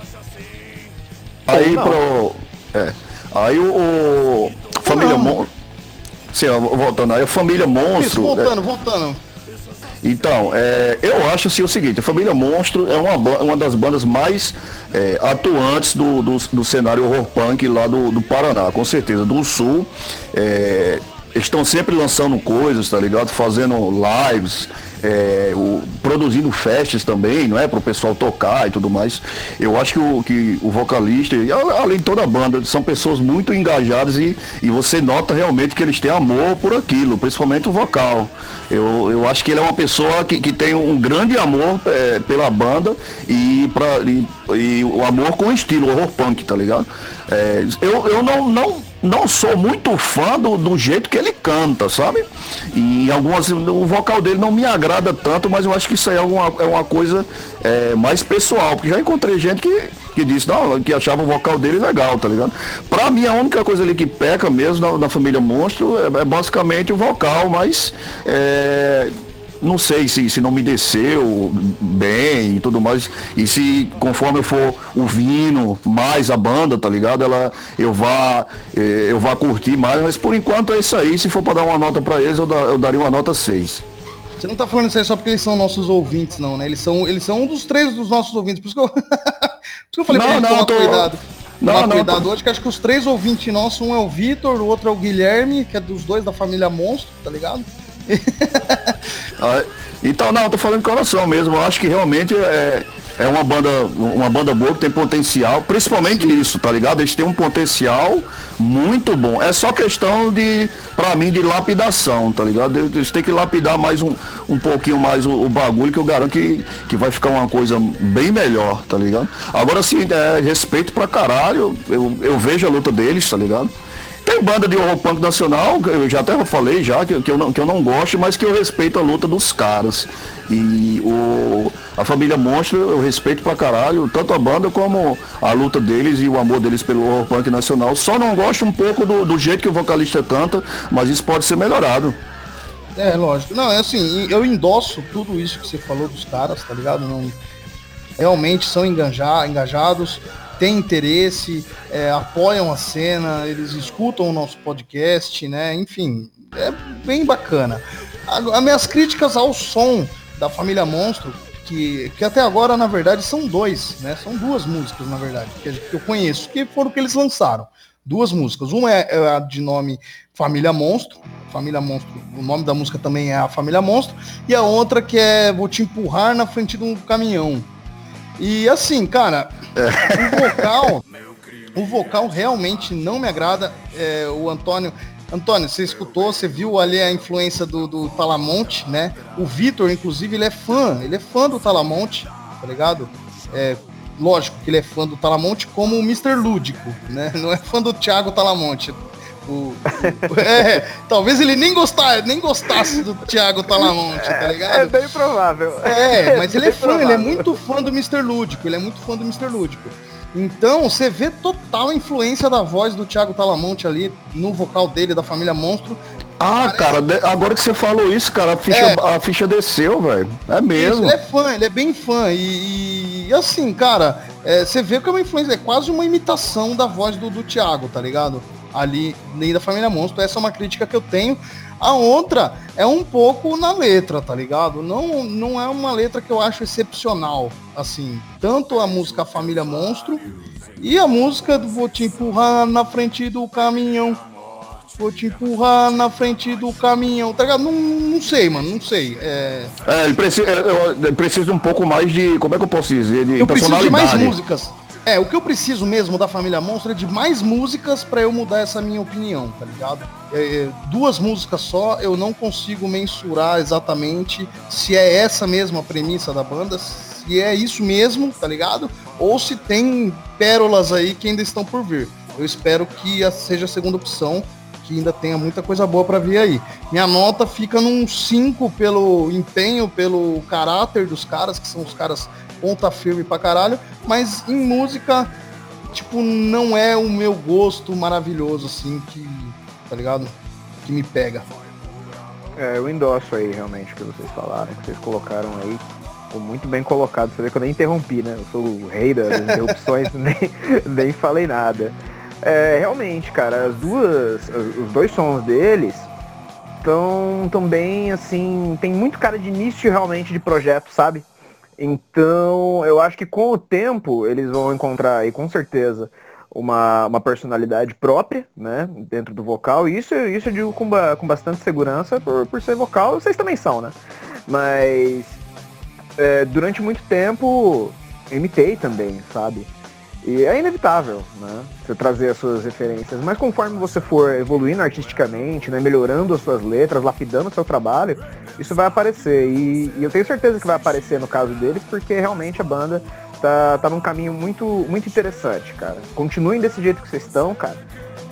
Aí
não.
pro. É. Aí o. o Família
não.
Monstro. Sim, ó, voltando aí, a Família
Isso,
Monstro.
voltando, voltando.
Então, é, eu acho assim, o seguinte, a Família Monstro é uma, ba- uma das bandas mais é, atuantes do, do, do cenário horror punk lá do, do Paraná, com certeza, do Sul. É, eles estão sempre lançando coisas, tá ligado? Fazendo lives, é, o- produzindo festas também, não é? Para o pessoal tocar e tudo mais. Eu acho que o, que o vocalista, e a- além de toda a banda, são pessoas muito engajadas e, e você nota realmente que eles têm amor por aquilo, principalmente o vocal. Eu, eu acho que ele é uma pessoa que, que tem um grande amor é, pela banda e, pra, e, e o amor com o estilo horror punk, tá ligado? É, eu, eu não, não não sou muito fã do, do jeito que ele canta, sabe? E algumas, o vocal dele não me agrada tanto, mas eu acho que isso aí é uma, é uma coisa é, mais pessoal, porque já encontrei gente que, que disse, não, que achava o vocal dele legal, tá ligado? Pra mim, a única coisa ali que peca mesmo na, na família Monstro é, é basicamente o vocal, mas é, não sei se, se não me desceu bem e tudo mais, e se conforme eu for ouvindo mais a banda, tá ligado? Ela, eu vá, eh, eu vá curtir mais, mas por enquanto é isso aí. Se for pra dar uma nota pra eles, eu, da, eu daria uma nota seis.
Você não tá falando isso aí só porque eles são nossos ouvintes, não, né? Eles são, eles são um dos três dos nossos ouvintes, por isso que eu, por isso que eu falei
Não,
pra gente
não,
tomar
tô-
cuidado.
Não,
Tomar
não,
cuidado
tô-
hoje, que acho que os três ouvintes nossos, um é o Vitor, o outro é o Guilherme, que é dos dois da família Monstro, tá ligado?
Ah, então, não, eu tô falando de coração mesmo. Eu acho que realmente é, é uma banda, uma banda boa que tem potencial, principalmente isso, tá ligado? Eles têm um potencial muito bom. É só questão de, pra mim, de lapidação, tá ligado? Eles têm que lapidar mais um, um pouquinho mais o, o bagulho, que eu garanto que, que vai ficar uma coisa bem melhor, tá ligado? Agora sim, é, respeito pra caralho, eu, eu vejo a luta deles, tá ligado? Tem banda de horror punk nacional, que eu já até falei já, que, que, eu não, que eu não gosto, mas que eu respeito a luta dos caras. E o, a família Monstro eu respeito pra caralho, tanto a banda como a luta deles e o amor deles pelo horror punk nacional. Só não gosto um pouco do, do jeito que o vocalista canta, mas isso pode ser melhorado.
É, lógico. Não, é assim, eu endosso tudo isso que você falou dos caras, tá ligado? Não, realmente são engajar, engajados, têm interesse, é, apoiam a cena, eles escutam o nosso podcast, né? Enfim, é bem bacana. As minhas críticas ao som da família Monstro, que, que até agora, na verdade, são dois, né? São duas músicas, na verdade, que, que eu conheço, que foram que eles lançaram. Duas músicas. Uma é, é a de nome Família Monstro. Família Monstro, o nome da música também é a Família Monstro. E a outra que é Vou Te Empurrar na Frente de um Caminhão. E assim, cara, o vocal, o vocal realmente não me agrada. É, o Antônio, Antônio, você escutou, você viu ali a influência do, do Talamonte, né? O Vitor, inclusive, ele é fã, ele é fã do Talamonte, tá ligado? É, lógico que ele é fã do Talamonte como o mister Lúdico, né? Não é fã do Thiago Talamonte. O, o, é, talvez ele nem gostar, nem gostasse do Thiago Talamonte, tá ligado?
É bem provável.
É, mas ele é fã,
provável.
ele é muito fã do mister Lúdico, ele é muito fã do mister Lúdico. Então, você vê total influência da voz do Thiago Talamonte ali no vocal dele, da família Monstro.
Ah,
Parece...
cara, de- agora que você falou isso, cara, a ficha,
É.
a ficha desceu, velho. É mesmo.
Isso, ele é fã, ele é bem fã. E, e, assim, cara, é, você vê que é uma influência, é quase uma imitação da voz do, do Thiago, tá ligado? Ali, nem da família Monstro. Essa é uma crítica que eu tenho. A outra é um pouco na letra, tá ligado? Não, não é uma letra que eu acho excepcional, assim. Tanto a música Família Monstro e a música do Vou Te Empurrar na Frente do Caminhão. Vou te empurrar na frente do caminhão, tá ligado? Não, não sei, mano, não sei. É...
É, ele precisa, ele precisa um pouco mais de, como é que eu posso dizer, de
Eu preciso de mais
personalidade.
músicas. É, o que eu preciso mesmo da Família Monstro é de mais músicas pra eu mudar essa minha opinião, tá ligado? É, é, duas músicas só, eu não consigo mensurar exatamente se é essa mesma premissa da banda, se é isso mesmo, tá ligado? Ou se tem pérolas aí que ainda estão por vir. Eu espero que seja a segunda opção, que ainda tenha muita coisa boa pra vir aí. Minha nota fica num cinco pelo empenho, pelo caráter dos caras, que são os caras ponta firme pra caralho, mas em música, tipo, não é o meu gosto maravilhoso, assim, que, tá ligado? Que me pega.
É, eu endosso aí realmente o que vocês falaram, que vocês colocaram aí. Ficou muito bem colocado. Você vê que eu nem interrompi, né? Eu sou o rei das interrupções, nem, nem falei nada. É, realmente, cara, as duas, os dois sons deles estão tão bem, assim, tem muito cara de início realmente de projeto, sabe? Então, eu acho que com o tempo eles vão encontrar aí, com certeza, uma, uma personalidade própria, né, dentro do vocal, e isso, isso eu digo com, ba, com bastante segurança, por, por ser vocal, vocês também são, né? Mas, é, durante muito tempo, eu imitei também, sabe? E é inevitável, né, você trazer as suas referências, mas conforme você for evoluindo artisticamente, né, melhorando as suas letras, lapidando o seu trabalho, isso vai aparecer, e, e eu tenho certeza que vai aparecer no caso deles, porque realmente a banda tá, tá num caminho muito, muito interessante, cara. Continuem desse jeito que vocês estão, cara,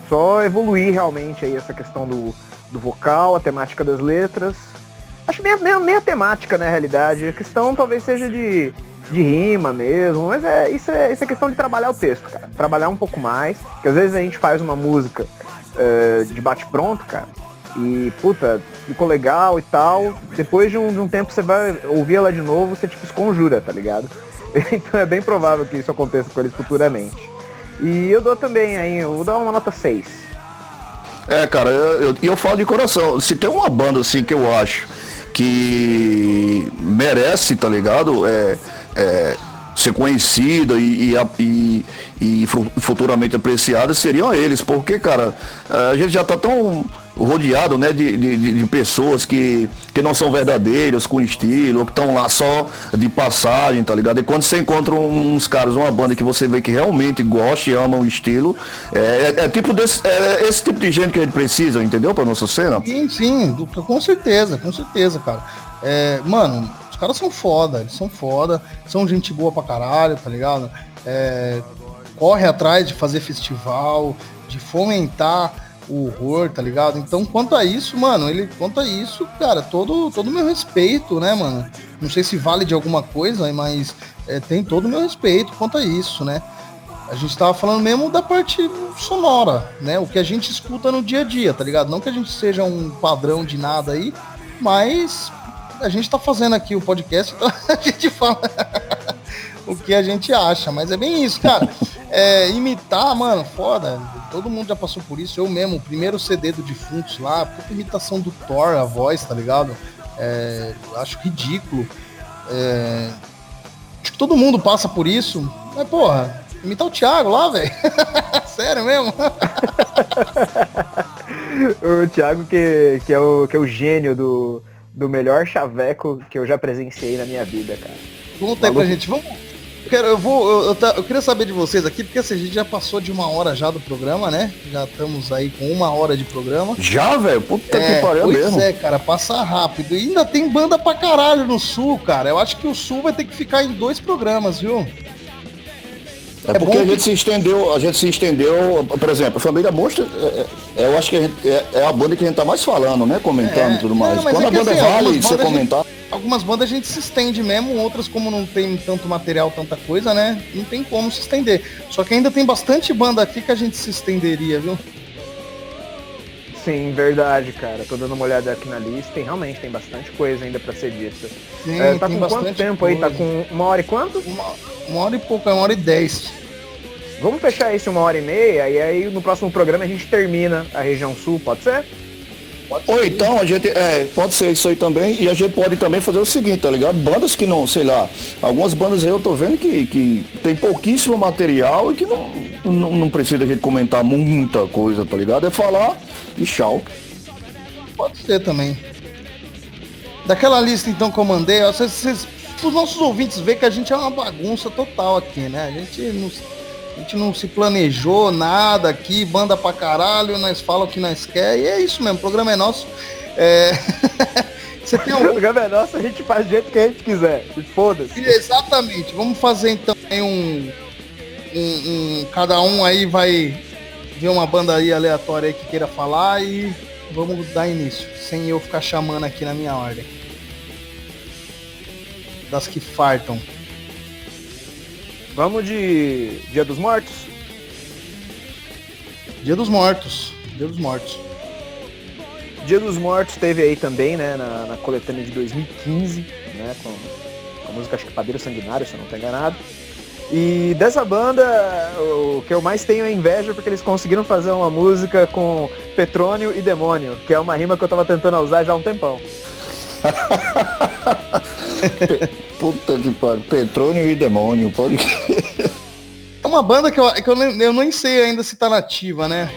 Só evoluir realmente aí essa questão do, do vocal, a temática das letras. Acho meio, meio, meio temática, na realidade. A questão talvez seja de, de rima mesmo, mas é isso, é isso é questão de trabalhar o texto, cara. Trabalhar um pouco mais, porque às vezes a gente faz uma música uh, de bate-pronto, cara, e, puta, ficou legal e tal. Depois de um, de um tempo você vai ouvir ela de novo, você, tipo, esconjura, tá ligado? Então é bem provável que isso aconteça com eles futuramente. E eu dou também aí, eu vou dar uma nota seis.
É, cara, eu, eu, eu falo de coração. Se tem uma banda assim que eu acho que merece, tá ligado? É, é, ser conhecida e, e, e, e futuramente apreciada, seriam eles. Porque, cara, a gente já tá tão rodeado, né, de, de, de pessoas que, que não são verdadeiras, com estilo, ou que estão lá só de passagem, tá ligado? E quando você encontra uns caras, uma banda que você vê que realmente gosta e ama o estilo, é, é, é tipo desse, é esse tipo de gente que a gente precisa, entendeu? Pra nossa cena.
Sim, sim, com certeza, com certeza, cara. É, mano, os caras são foda, eles são foda, são gente boa pra caralho, tá ligado? É, corre atrás de fazer festival, de fomentar o horror, tá ligado? Então, quanto a isso, mano, ele, quanto a isso, cara, todo todo meu respeito, né, mano? Não sei se vale de alguma coisa, mas é, tem todo o meu respeito quanto a isso, né? A gente tava falando mesmo da parte sonora, né? O que a gente escuta no dia a dia, tá ligado? Não que a gente seja um padrão de nada aí, mas a gente tá fazendo aqui o podcast, então a gente fala o que a gente acha, mas é bem isso, cara. É, imitar, mano, foda. Todo mundo já passou por isso. Eu mesmo, o primeiro C D do Defuntos lá, puta imitação do Thor, a voz, tá ligado? É, acho ridículo. É, acho que todo mundo passa por isso. Mas, porra, imitar o Thiago lá, velho. Sério mesmo?
O Thiago que, que, é o, que é o gênio do, do melhor chaveco que eu já presenciei na minha vida, cara.
Conta aí pra gente, vamos... Eu, quero, eu, vou, eu, eu, eu queria saber de vocês aqui, porque assim, a gente já passou de uma hora já do programa, né? Já estamos aí com uma hora de programa.
Já, velho? Puta
é,
que pariu mesmo.
Pois é, cara, passa rápido. E ainda tem banda pra caralho no Sul, cara. Eu acho que o Sul vai ter que ficar em dois programas, viu?
É, é porque a gente que... se estendeu, a gente se estendeu, por exemplo, a Família Monstro, é, é, eu acho que a gente, é, é a banda que a gente tá mais falando, né? Comentando e é, tudo mais. Não, Quando é a banda assim, vale você comentar.
Gente, algumas bandas a gente se estende mesmo, outras como não tem tanto material, tanta coisa, né? Não tem como se estender. Só que ainda tem bastante banda aqui que a gente se estenderia, viu?
Sim, verdade, cara. Tô dando uma olhada aqui na lista e realmente tem bastante coisa ainda pra ser dita.
Sim,
é, tá
tem
com
bastante
quanto tempo
coisa.
aí? Tá com uma hora e quanto?
Uma, uma hora e pouco, é uma hora e dez.
Vamos fechar esse uma hora e meia e aí no próximo programa a gente termina a região sul, pode ser?
Pode Ou então a gente, é, pode ser isso aí também, e a gente pode também fazer o seguinte, tá ligado? Bandas que não, sei lá, algumas bandas aí eu tô vendo que, que tem pouquíssimo material e que não, não, não precisa a gente comentar muita coisa, tá ligado? É falar e tchau.
Pode ser também. Daquela lista então que eu mandei, ó, vocês, vocês, os nossos ouvintes veem que a gente é uma bagunça total aqui, né? A gente não, a gente não se planejou nada aqui, banda pra caralho, nós falamos o que nós quer e é isso mesmo, o programa é nosso. É... Você tem um...
O programa é nosso, a gente faz do jeito que a gente quiser, foda-se.
Exatamente, vamos fazer então um, um, um... Cada um aí vai ver uma banda aí aleatória aí que queira falar e vamos dar início, sem eu ficar chamando aqui na minha ordem. Das que fartam.
Vamos de Dia dos Mortos?
Dia dos Mortos. Dia dos Mortos.
Dia dos Mortos teve aí também, né, na, na coletânea de dois mil e quinze, né, com, com a música, acho que Padeiro Sanguinário, se eu não estou enganado. E dessa banda, o que eu mais tenho é inveja porque eles conseguiram fazer uma música com Petrônio e Demônio, que é uma rima que eu tava tentando usar já há um tempão.
Puta que pariu, Petrônio e Demônio, pode.
É uma banda que, eu, que eu, nem, eu nem sei ainda se tá nativa, né?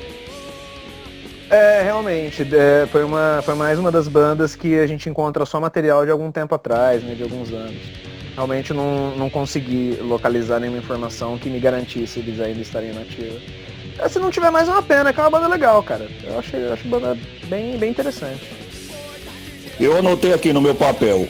É, realmente, é, foi, uma, foi mais uma das bandas que a gente encontra só material de algum tempo atrás, né, de alguns anos. Realmente não, não consegui localizar nenhuma informação que me garantisse eles ainda estarem nativos. É, se não tiver mais é uma pena, que é uma banda legal, cara. Eu acho, eu acho a banda bem, bem interessante.
Eu anotei aqui no meu papel,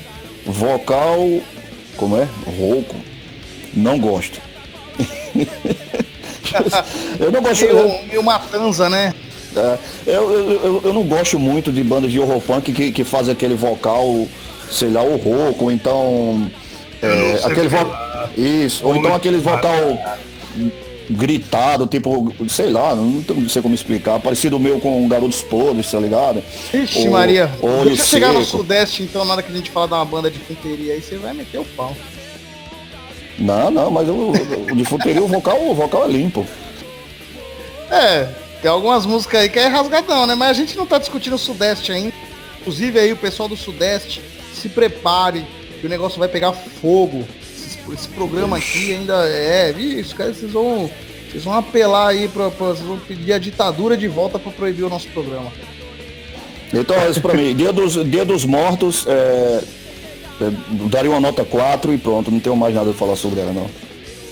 vocal, como é? Rouco, não gosto. Eu não gosto...
Meio, meio Matanza, né?
É, eu, eu, eu, eu não gosto muito de bandas de horror punk que, que faz aquele vocal, sei lá, o rouco, ou então... É, aquele vocal... Isso, ou então aquele vocal gritado, tipo, sei lá, não, não sei como explicar, parecido o meu com Garotos Podres, tá ligado?
Ixi,
ou,
Maria.
Ou
Deixa eu chegar
seco.
no Sudeste, então, na hora que a gente fala de uma banda de punteria aí, você vai meter o pau.
Não, não, mas o, o de futeria, o vocal, o vocal é limpo.
É, tem algumas músicas aí que é rasgadão, né? Mas a gente não tá discutindo o Sudeste ainda. Inclusive aí o pessoal do Sudeste, se prepare, que o negócio vai pegar fogo. Esse, esse programa aqui ainda é... Isso, cara, vocês vão... Vocês vão apelar aí, pra, pra, vocês vão pedir a ditadura de volta pra proibir o nosso programa.
Então, isso pra mim, Dia dos, Dia dos Mortos, é, é, daria uma nota quatro e pronto, não tenho mais nada a falar sobre ela, não.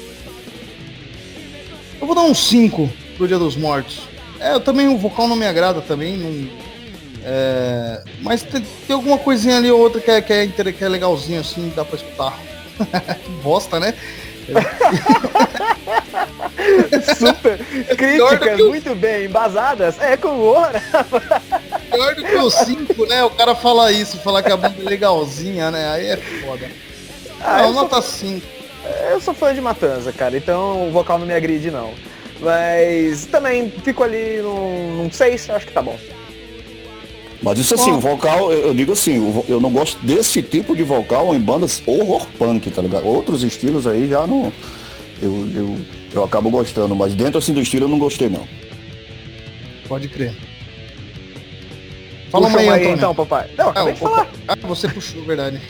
Eu vou dar um cinco pro Dia dos Mortos. É, eu também, o vocal não me agrada também, não, é, mas tem, tem alguma coisinha ali ou outra que é, que é, que é legalzinho assim, dá pra escutar. Que bosta, né?
Super críticas
o...
muito bem embasadas. É com humor.
Pior do que o cinco, né? O cara fala isso, falar que a banda é legalzinha, né? Aí é foda.
Ah,
não, nota cinco.
Eu sou fã de Matanza, cara, então o vocal não me agride, não. Mas também fico ali num, num seis, acho que tá bom.
Mas isso assim, o vocal, eu, eu digo assim, eu não gosto desse tipo de vocal em bandas horror punk, tá ligado? Outros estilos aí já não... Eu, eu, eu acabo gostando, mas dentro assim do estilo eu não gostei, não.
Pode crer. Fala
uma
aí,
aí
Antônio.
então, papai. Não, acabei
ah,
de falar.
Ah, você puxou, verdade.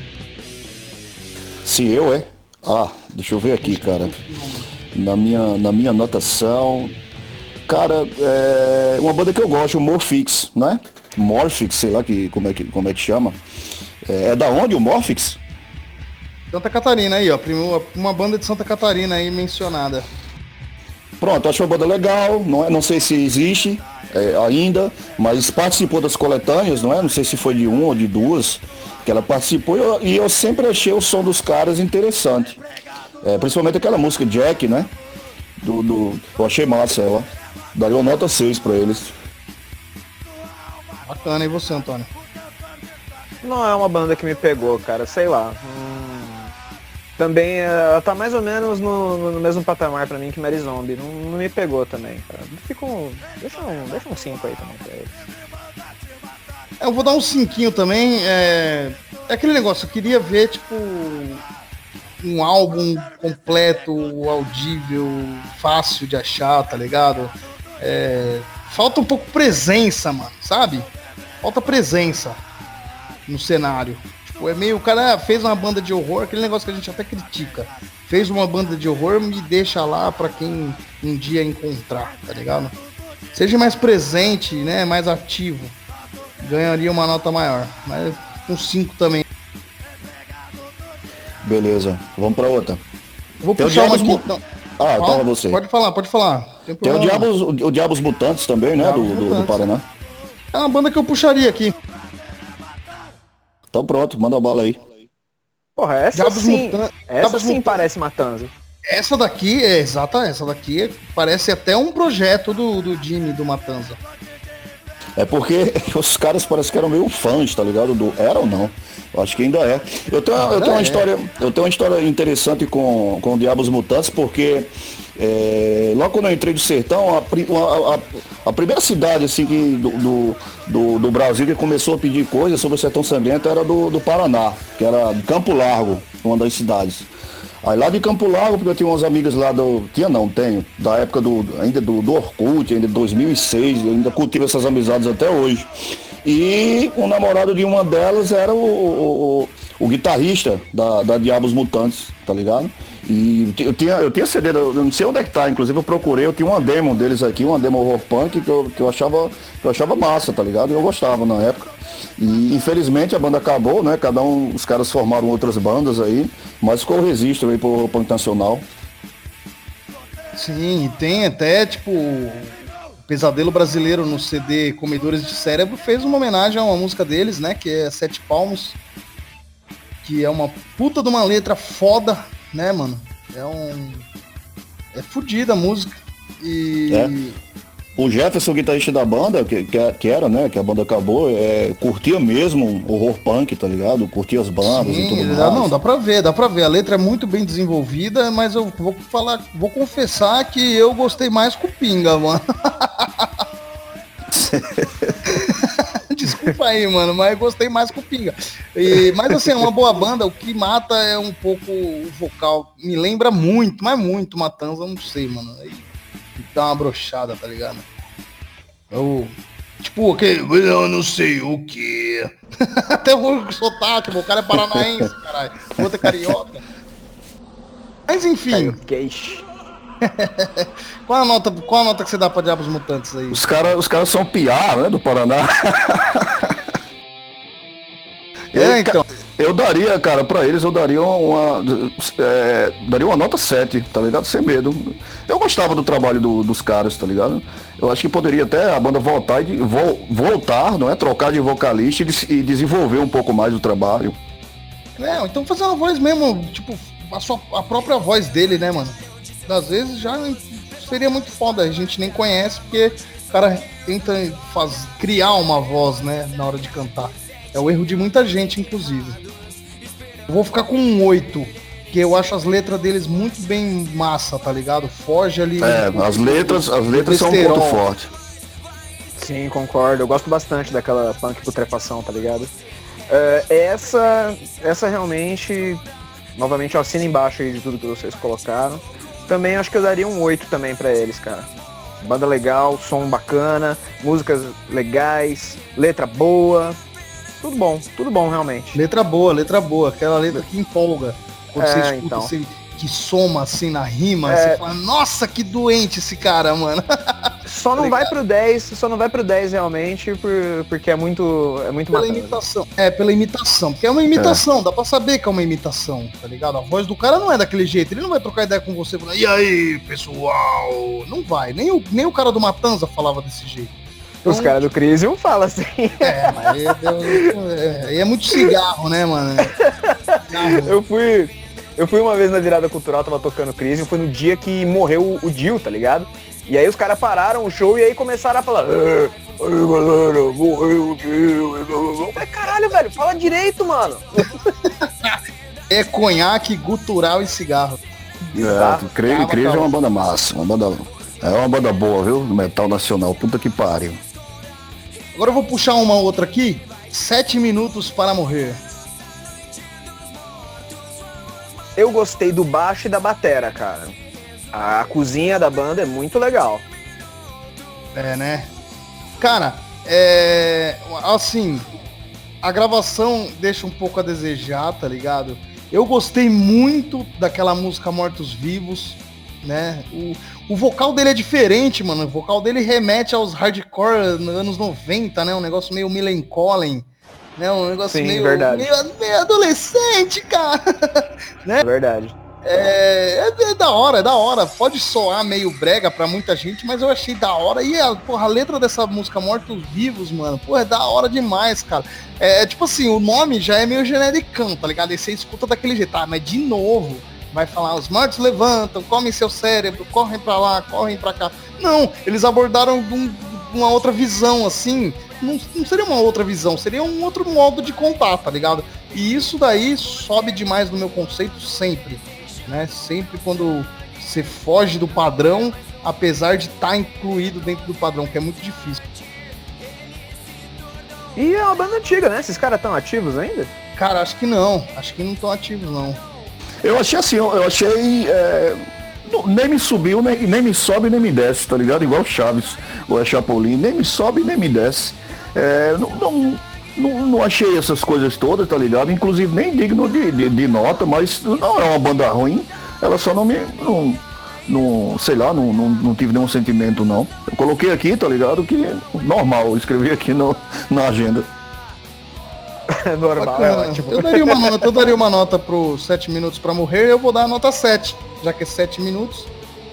Se eu, é? Ah, deixa eu ver aqui, cara. Na minha, na minha anotação... Cara, é uma banda que eu gosto, o Morphix, né? Morphix, sei lá que, como, é que, como é que chama. É, é da onde o Morphix?
Santa Catarina aí, ó. Uma banda de Santa Catarina aí mencionada.
Pronto, acho uma banda legal, não, é, não sei se existe é, ainda, mas participou das coletâneas, não é? Não sei se foi de uma ou de duas que ela participou, e eu, e eu sempre achei o som dos caras interessante. É, principalmente aquela música Jack, né? Do, do, eu achei massa ela. Daria uma nota seis pra eles.
Bacana, e você, Antônio?
Não é uma banda que me pegou, cara, sei lá. Hum, também ela tá mais ou menos no, no mesmo patamar pra mim que Mary Zombie. Não, não me pegou também, cara. Fico, deixa um deixa um cinco aí também pra eles.
Eu vou dar um cinquinho também. É, é aquele negócio, eu queria ver, tipo, um álbum completo, audível, fácil de achar, tá ligado? É, falta um pouco presença, mano, sabe? Falta presença no cenário. Tipo, é meio, o cara fez uma banda de horror, aquele negócio que a gente até critica. Fez uma banda de horror, me deixa lá pra quem um dia encontrar, tá ligado? Seja mais presente, né? Mais ativo. Ganharia uma nota maior. Mas com cinco também.
Beleza, vamos pra outra.
Vou
Tem
puxar
o
uma
Diabos
aqui, então.
Ah, então é você.
Pode falar, pode falar. Tem,
Tem o
problema não.
Diabos, o, o Diabos Mutantes também, né?
Diabos
Do, do, do
Mutantes.
Paraná.
É uma banda que eu puxaria aqui.
Então pronto, manda a bala aí.
Porra, essa
Diabos
sim,
Mutan-
essa
Diabos
sim
Mutantes.
parece Matanza.
Essa daqui é exata, essa daqui é- parece até um projeto do, do Jimmy do Matanza.
É porque os caras parecem que eram meio fãs, tá ligado? Do, era ou não? Eu acho que ainda é. Eu tenho, eu tenho uma
é.
história, eu tenho uma história interessante com, com o Diabos Mutantes, porque é, logo quando eu entrei do sertão, a, pri- a- a- a primeira cidade assim, que, do, do, do, do Brasil que começou a pedir coisas sobre o Sertão Sangrento era do, do Paraná, que era de Campo Largo, uma das cidades. Aí lá de Campo Largo, porque eu tinha umas amigas lá do... Tinha não, tenho. Da época do... Ainda do, do Orkut, ainda de dois mil e seis. Eu ainda cultivo essas amizades até hoje. E o namorado de uma delas era o, o, o, o guitarrista da, da Diabos Mutantes, tá ligado? E eu tinha, eu tinha C D, eu não sei onde é que tá, inclusive eu procurei, eu tinha uma demo deles aqui, uma demo horror punk que eu, que eu, achava, que eu achava massa, tá ligado? Eu gostava na época. E infelizmente a banda acabou, né? Cada um, os caras formaram outras bandas aí, mas ficou o registro aí pro punk nacional.
Sim, e tem até, tipo, o Pesadelo Brasileiro no C D Comedores de Cérebro fez uma homenagem a uma música deles, né? Que é Sete Palmos. Que é uma puta de uma letra foda, né, mano? É um... É fodida a música. E.
É. O Jefferson, guitarrista da banda, que, que, que era, né, que a banda acabou, é, curtia mesmo horror punk, tá ligado? Curtia as bandas
Sim,
e tudo mais.
não, dá pra ver, dá pra ver. A letra é muito bem desenvolvida, mas eu vou falar, vou confessar que eu gostei mais com o Pinga, mano. Desculpa aí, mano, mas eu gostei mais com o Pinga. E, mas assim, é uma boa banda, o que mata é um pouco o vocal. Me lembra muito, mas muito Matanza, eu não sei, mano. Aí dá uma brochada, tá ligado? Eu, tipo, ok, eu não sei o que. Até o sotaque, o cara é paranaense, caralho. O outro é carioca. Mas enfim. Qual a nota, qual a nota que você dá pra Diabos Mutantes aí?
Os caras os cara são piá, né, do Paraná.
É, então.
Eu daria, cara, pra eles eu daria uma, é, daria uma nota sete, tá ligado? Sem medo. Eu gostava do trabalho do, dos caras, tá ligado? Eu acho que poderia até a banda voltar e vo, voltar, não é? Trocar de vocalista e, e desenvolver um pouco mais o trabalho.
É, então fazer uma voz mesmo, tipo, a, sua, a própria voz dele, né, mano? Às vezes já seria muito foda, a gente nem conhece, porque o cara tenta faz, criar uma voz, né, na hora de cantar. É o erro de muita gente, inclusive. Eu vou ficar com um oito, que eu acho as letras deles muito bem massa, tá ligado? Foge ali...
É,
um,
as letras, as letras são um ponto forte.
Sim, concordo. Eu gosto bastante daquela punk putrefação, tá ligado? Uh, essa, essa realmente, novamente, eu assino embaixo aí de tudo que vocês colocaram. Também acho que eu daria um oito também pra eles, cara. Banda legal, som bacana, músicas legais, letra boa. Tudo bom, tudo bom, realmente.
Letra boa, letra boa. Aquela letra que empolga. Quando
é,
você escuta,
então.
você, que soma assim na rima,
é...
você fala, nossa, que doente esse cara, mano.
Só não vai pro dez, só não vai pro dez realmente, por, porque é muito, é muito
pela
matando.
imitação. É, pela imitação. Porque é uma imitação, é. Dá pra saber que é uma imitação, tá ligado? A voz do cara não é daquele jeito, ele não vai trocar ideia com você falando, e aí, pessoal? Não vai, nem o, nem o cara do Matanza falava desse jeito.
Então, os caras do Crisium falam assim.
É, mas aí é, é, é muito cigarro, né, mano? Cigarro.
Eu fui... Eu fui uma vez na virada cultural, tava tocando Crisium, foi no dia que morreu o Dio, tá ligado? E aí os caras pararam o show e aí começaram a falar, aí galera, morreu o Dio. Eu falei, caralho, velho, fala direito, mano.
É conhaque, gutural e cigarro.
É, Crisium Cre- é uma banda massa, uma banda, é uma banda boa, viu? Metal nacional, puta que pariu.
Agora eu vou puxar uma outra aqui, Sete Minutos para Morrer.
Eu gostei do baixo e da batera, cara. A cozinha da banda é muito legal.
É, né? Cara, é... assim, a gravação deixa um pouco a desejar, tá ligado? Eu gostei muito daquela música Mortos Vivos, né? O, o vocal dele é diferente, mano. O vocal dele remete aos hardcore anos noventa, né? Um negócio meio Millencolin. Né, um negócio
Sim,
meio,
verdade.
meio, meio adolescente, cara. Né?
Verdade.
É, é, é da hora, é da hora. Pode soar meio brega pra muita gente, mas eu achei da hora. E a, porra, a letra dessa música Mortos Vivos, mano, porra, é da hora demais, cara. É, é tipo assim, o nome já é meio genericão, tá ligado? E você escuta daquele jeito, ah, mas de novo, vai falar, os mortos levantam, comem seu cérebro, correm pra lá, correm pra cá. Não, eles abordaram um, uma outra visão, assim. Não, não seria uma outra visão, seria um outro modo de contar, tá ligado? E isso daí sobe demais no meu conceito sempre, né? Sempre quando você foge do padrão, apesar de estar tá incluído dentro do padrão, que é muito difícil.
E é uma banda antiga, né? Esses caras estão ativos ainda?
Cara, acho que não, acho que não estão ativos, não.
Eu achei assim, eu achei... É... Nem me subiu, nem, nem me sobe, nem me desce, tá ligado? Igual o Chaves, ou é Chapolin, nem me sobe, nem me desce. É, não, não, não, não achei essas coisas todas, tá ligado? Inclusive nem digno de, de, de nota, mas não é uma banda ruim. Ela só não me... Não, não, sei lá, não, não, não tive nenhum sentimento, não. Eu coloquei aqui, tá ligado? Que normal, eu escrevi aqui no, na agenda.
Normal, é ótimo.
Eu daria uma nota, eu daria uma nota pro sete minutos pra morrer, eu vou dar a nota sete, já que é sete minutos.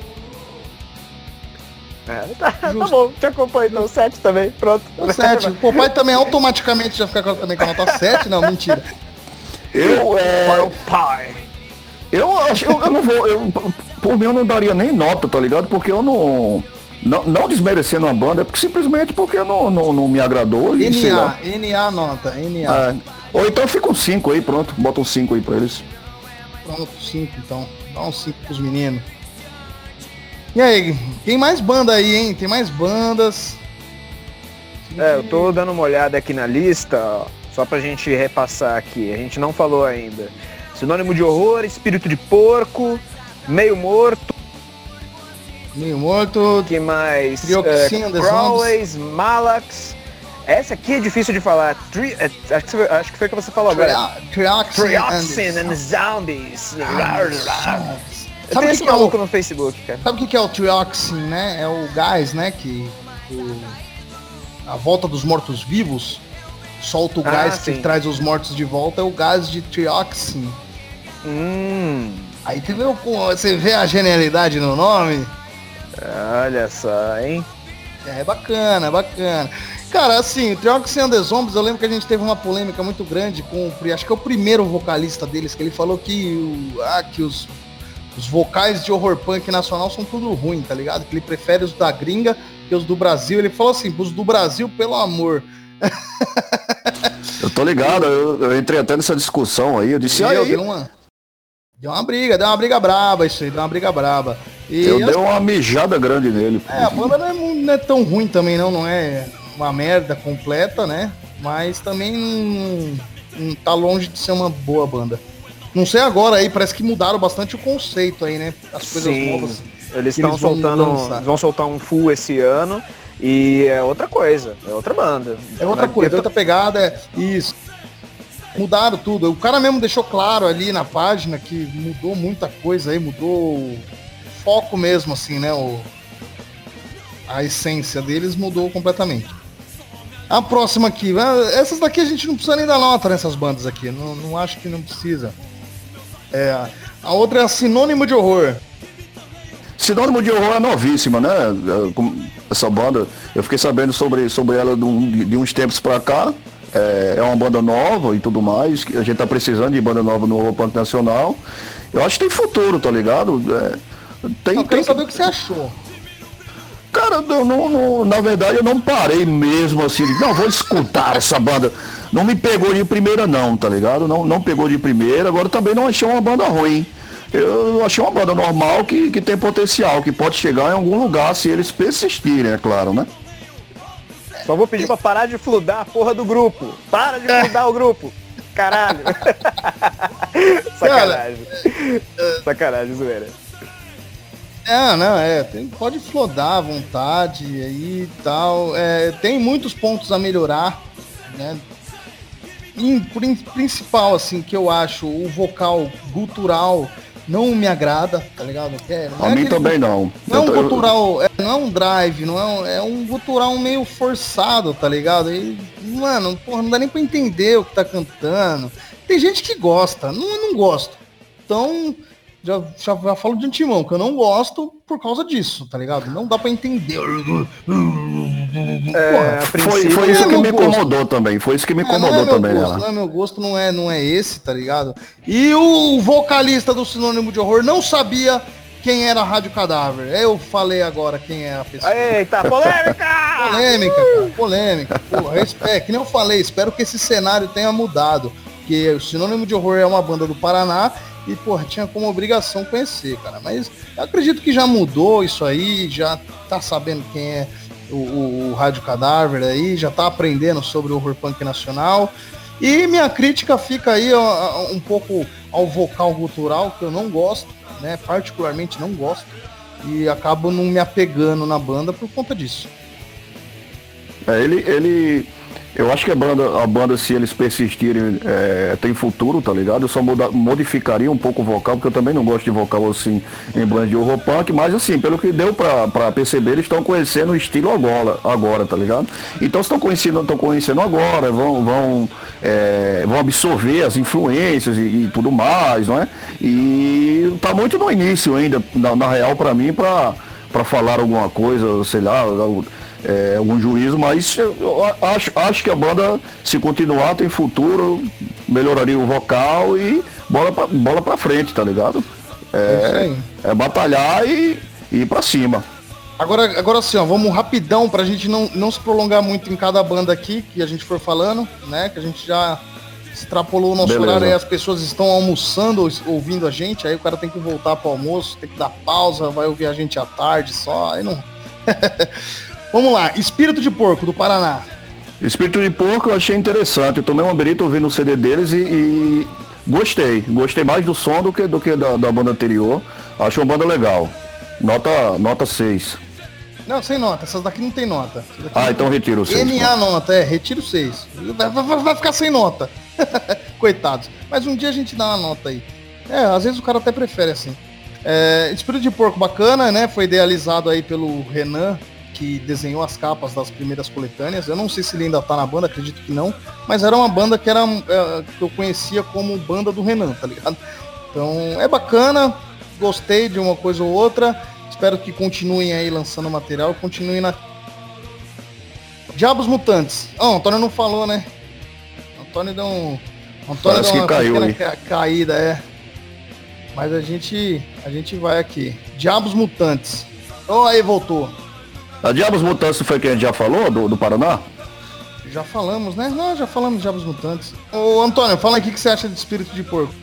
É, tá, tá bom, te acompanho então, sete também, pronto.
sete. O pai também automaticamente já fica também com a nota sete, não, mentira.
Eu, é...
Para o pai.
Eu acho, eu, eu não vou, eu, por mim eu não daria nem nota, tá ligado? Porque eu não... Não, não desmerecendo a banda, é porque simplesmente porque não, não, não me agradou. E, sei lá.
N A nota, N A.
É. Ou então fica um cinco aí, pronto. Bota um cinco aí pra eles.
Pronto, cinco então. Dá um cinco pros meninos. E aí, tem mais banda aí, hein? Tem mais bandas.
É, eu tô dando uma olhada aqui na lista, ó, só pra gente repassar aqui. A gente não falou ainda. Sinônimo de Horror, Espírito de Porco, Meio Morto.
Meio Morto.
Que mais?
Trioxin,
uh, Crawleys, Malax. Essa aqui é difícil de falar. Tri, é, acho, que foi, acho que foi o que você falou agora.
Trioxin,
Trioxin and, and Zombies.
Ah,
eu tenho esse maluco é o, no Facebook, cara.
Sabe o que é o Trioxin, né? É o gás, né? Que o, a volta dos mortos-vivos solta o gás ah, que traz os mortos de volta. É o gás de Trioxin.
Hum.
Aí você vê, você vê a genialidade no nome?
Olha só, hein?
É bacana, bacana. Cara, assim, o Trioxin and the Zombies, eu lembro que a gente teve uma polêmica muito grande com, acho que é o primeiro vocalista deles, que ele falou que, ah, que os, os vocais de horror punk nacional são tudo ruim, tá ligado? Que ele prefere os da gringa que os do Brasil. Ele falou assim, os do Brasil, pelo amor.
Eu tô ligado, eu, eu entrei até nessa discussão aí, eu disse,
aí, deu uma, deu uma briga, deu uma briga braba isso aí, deu uma briga braba. E
eu dei uma mijada grande nele.
É, a banda não é, não é tão ruim também não, não é uma merda completa, né? Mas também não, não tá longe de ser uma boa banda. Não sei agora aí, parece que mudaram bastante o conceito aí, né? As coisas
Sim,
novas.
Eles estão soltando, eles vão soltar um full esse ano e é outra coisa, é outra banda.
É outra coisa, é outra pegada, é isso. Mudaram tudo. O cara mesmo deixou claro ali na página que mudou muita coisa aí, mudou o foco mesmo, assim, né? O, a essência deles mudou completamente. A próxima aqui, essas daqui a gente não precisa nem dar nota nessas bandas aqui, não, não acho que não precisa. É, a outra é a Sinônimo de Horror.
Sinônimo de Horror é novíssima, né? Essa banda, eu fiquei sabendo sobre, sobre ela de, um, de uns tempos pra cá. É, é uma banda nova e tudo mais, que a gente tá precisando de banda nova no horror punk nacional. Eu acho que tem futuro, tá ligado? É, tem,
eu quero
tem...
saber o que você achou.
Cara, eu não, não, na verdade eu não parei mesmo assim, não, vou escutar essa banda. Não me pegou de primeira não, tá ligado? Não, não pegou de primeira, agora também não achei uma banda ruim. Eu achei uma banda normal que, que tem potencial, que pode chegar em algum lugar se eles persistirem, é claro, né?
Só vou pedir pra parar de fludar a porra do grupo. Para de fludar o grupo. Caralho. Sacanagem. Sacanagem, zoeira.
É, não, é, tem, pode flodar à vontade aí e tal. É, tem muitos pontos a melhorar, né? Em, principal, assim, que eu acho, o vocal gutural não me agrada, tá ligado? É,
a é mim também não.
Não é um gutural, é, não é um drive, não é um, é um gutural meio forçado, tá ligado? E, mano, porra, não dá nem pra entender o que tá cantando. Tem gente que gosta, não, eu não gosto. Então, já, já, já falo de antemão, que eu não gosto por causa disso, tá ligado? Não dá pra entender.
É, foi, foi isso que me incomodou também. Foi isso que me incomodou é, também.
Gosto, não é meu gosto, não é, não é esse, tá ligado? E o vocalista do Sinônimo de Horror não sabia quem era a Rádio Cadáver. Eu falei agora quem é a pessoa.
Eita, polêmica!
polêmica, cara, polêmica. Porra, é, que nem eu falei, espero que esse cenário tenha mudado. Porque o Sinônimo de Horror é uma banda do Paraná e, porra, tinha como obrigação conhecer, cara. Mas eu acredito que já mudou isso aí, já tá sabendo quem é O, o, o Rádio Cadáver aí, já tá aprendendo sobre o horror punk nacional. E minha crítica fica aí ó, um pouco ao vocal gutural, que eu não gosto, né? Particularmente não gosto. E acabo não me apegando na banda por conta disso.
É, ele, ele... Eu acho que a banda, a banda se eles persistirem, é, tem futuro, tá ligado? Eu só muda, modificaria um pouco o vocal, porque eu também não gosto de vocal assim em banda de horror punk, mas assim, pelo que deu pra, pra perceber, eles estão conhecendo o estilo agora, agora, tá ligado? Então estão conhecendo, estão conhecendo agora, vão, vão, é, vão absorver as influências e, e tudo mais, não é? E tá muito no início ainda, na, na real, pra mim, pra, pra falar alguma coisa, sei lá, É, algum juízo, mas eu acho, acho que a banda, se continuar, tem futuro, melhoraria o vocal e bola pra, bola pra frente, tá ligado?
É isso aí.
É batalhar e, e ir pra cima.
Agora, agora sim, ó, vamos rapidão pra gente não, não se prolongar muito em cada banda aqui que a gente for falando, né? Que a gente já extrapolou o nosso
Beleza.
horário e as pessoas estão almoçando, ouvindo a gente, aí o cara tem que voltar pro almoço, tem que dar pausa, vai ouvir a gente à tarde só, aí não... Vamos lá, Espírito de Porco, do Paraná.
Espírito de Porco eu achei interessante. Eu tomei uma berita ouvindo o C D deles e, e gostei. Gostei mais do som do que, do que da, da banda anterior. Acho uma banda legal. Nota, nota seis.
Não, sem nota, essas daqui não tem nota. Daqui
Ah, então retiro o seis.
N A nota, é, retiro seis. Vai, vai, vai ficar sem nota. Coitados. Mas um dia a gente dá uma nota aí. É, às vezes o cara até prefere assim. É, Espírito de Porco bacana, né? Foi idealizado aí pelo Renan, que desenhou as capas das primeiras coletâneas. Eu não sei se ele ainda tá na banda, acredito que não. Mas era uma banda que, era, é, que eu conhecia como banda do Renan, tá ligado? Então é bacana, gostei de uma coisa ou outra. Espero que continuem aí lançando material, continuem na... Diabos Mutantes. Ah, o Antônio não falou, né? O Antônio deu um... O Antônio
Parece
deu uma
que caiu,
pequena
hein?
ca- caída, é. Mas a gente, a gente vai aqui. Diabos Mutantes. Oh, aí voltou.
A Diabos Mutantes foi quem a gente já falou, do, do Paraná?
Já falamos, né? Não, já falamos de Diabos Mutantes. Ô, Antônio, fala aqui o que você acha de Espírito de Porco.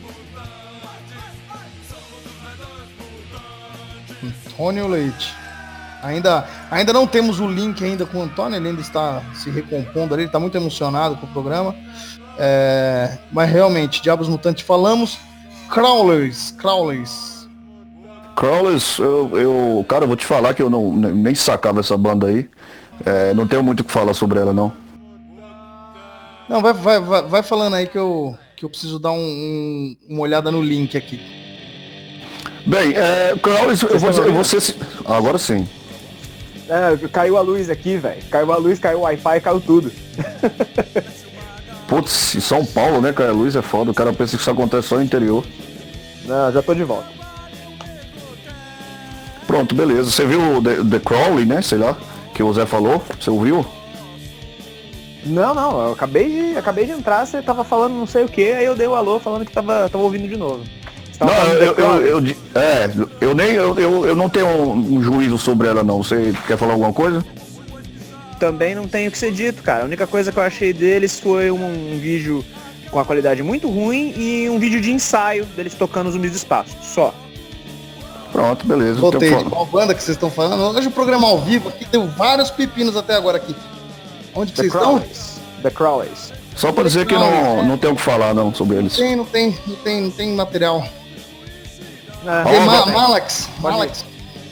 Antônio Leite. Ainda, ainda não temos o link ainda com o Antônio, ele ainda está se recompondo ali, ele está muito emocionado com o programa. É, mas realmente, Diabos Mutantes falamos. Crawlers, Crawlers.
Crawlers, eu, eu, cara, eu vou te falar que eu não, nem sacava essa banda aí. É, não tenho muito o que falar sobre ela, não.
Não, vai, vai, vai, vai falando aí que eu, que eu preciso dar um, um, uma olhada no link aqui.
Bem, é, Crawlers, eu vou, eu vou ser... Agora sim.
É, caiu a luz aqui, velho. Caiu a luz, caiu o Wi-Fi, caiu tudo.
Putz, em São Paulo, né, cara? A luz é foda. O cara pensa que isso acontece só no interior.
Não, já tô de volta.
Pronto, beleza. Você viu o The, The Crowley, né? Sei lá, que o Zé falou. Você ouviu?
Não, não, eu acabei de, acabei de entrar, você tava falando não sei o que, aí eu dei o alô falando que tava, tava ouvindo de novo. Você tava
Não,
falando do
eu,
The
eu,
Crawlers?
eu, eu- é, eu nem, eu, eu, eu não tenho um, um juízo sobre ela, não. Você quer falar alguma coisa?
Também não tem o que ser dito, cara. A única coisa que eu achei deles foi um, um vídeo com a qualidade muito ruim e um vídeo de ensaio deles tocando os Zumbis do Espaço, só.
Pronto, beleza.
Voltei,
Então,
de qual banda que vocês estão falando? Hoje o programa ao vivo aqui deu vários pepinos até agora aqui. Onde que
The
vocês estão?
Crawlers. The Crawlers.
só pra dizer que não, não tenho o que falar, não, sobre eles.
Tem, não tem, não tem, não tem material.
É,
Tem
Ó,
Ma-
vai.
Malax,
Pode
Malax.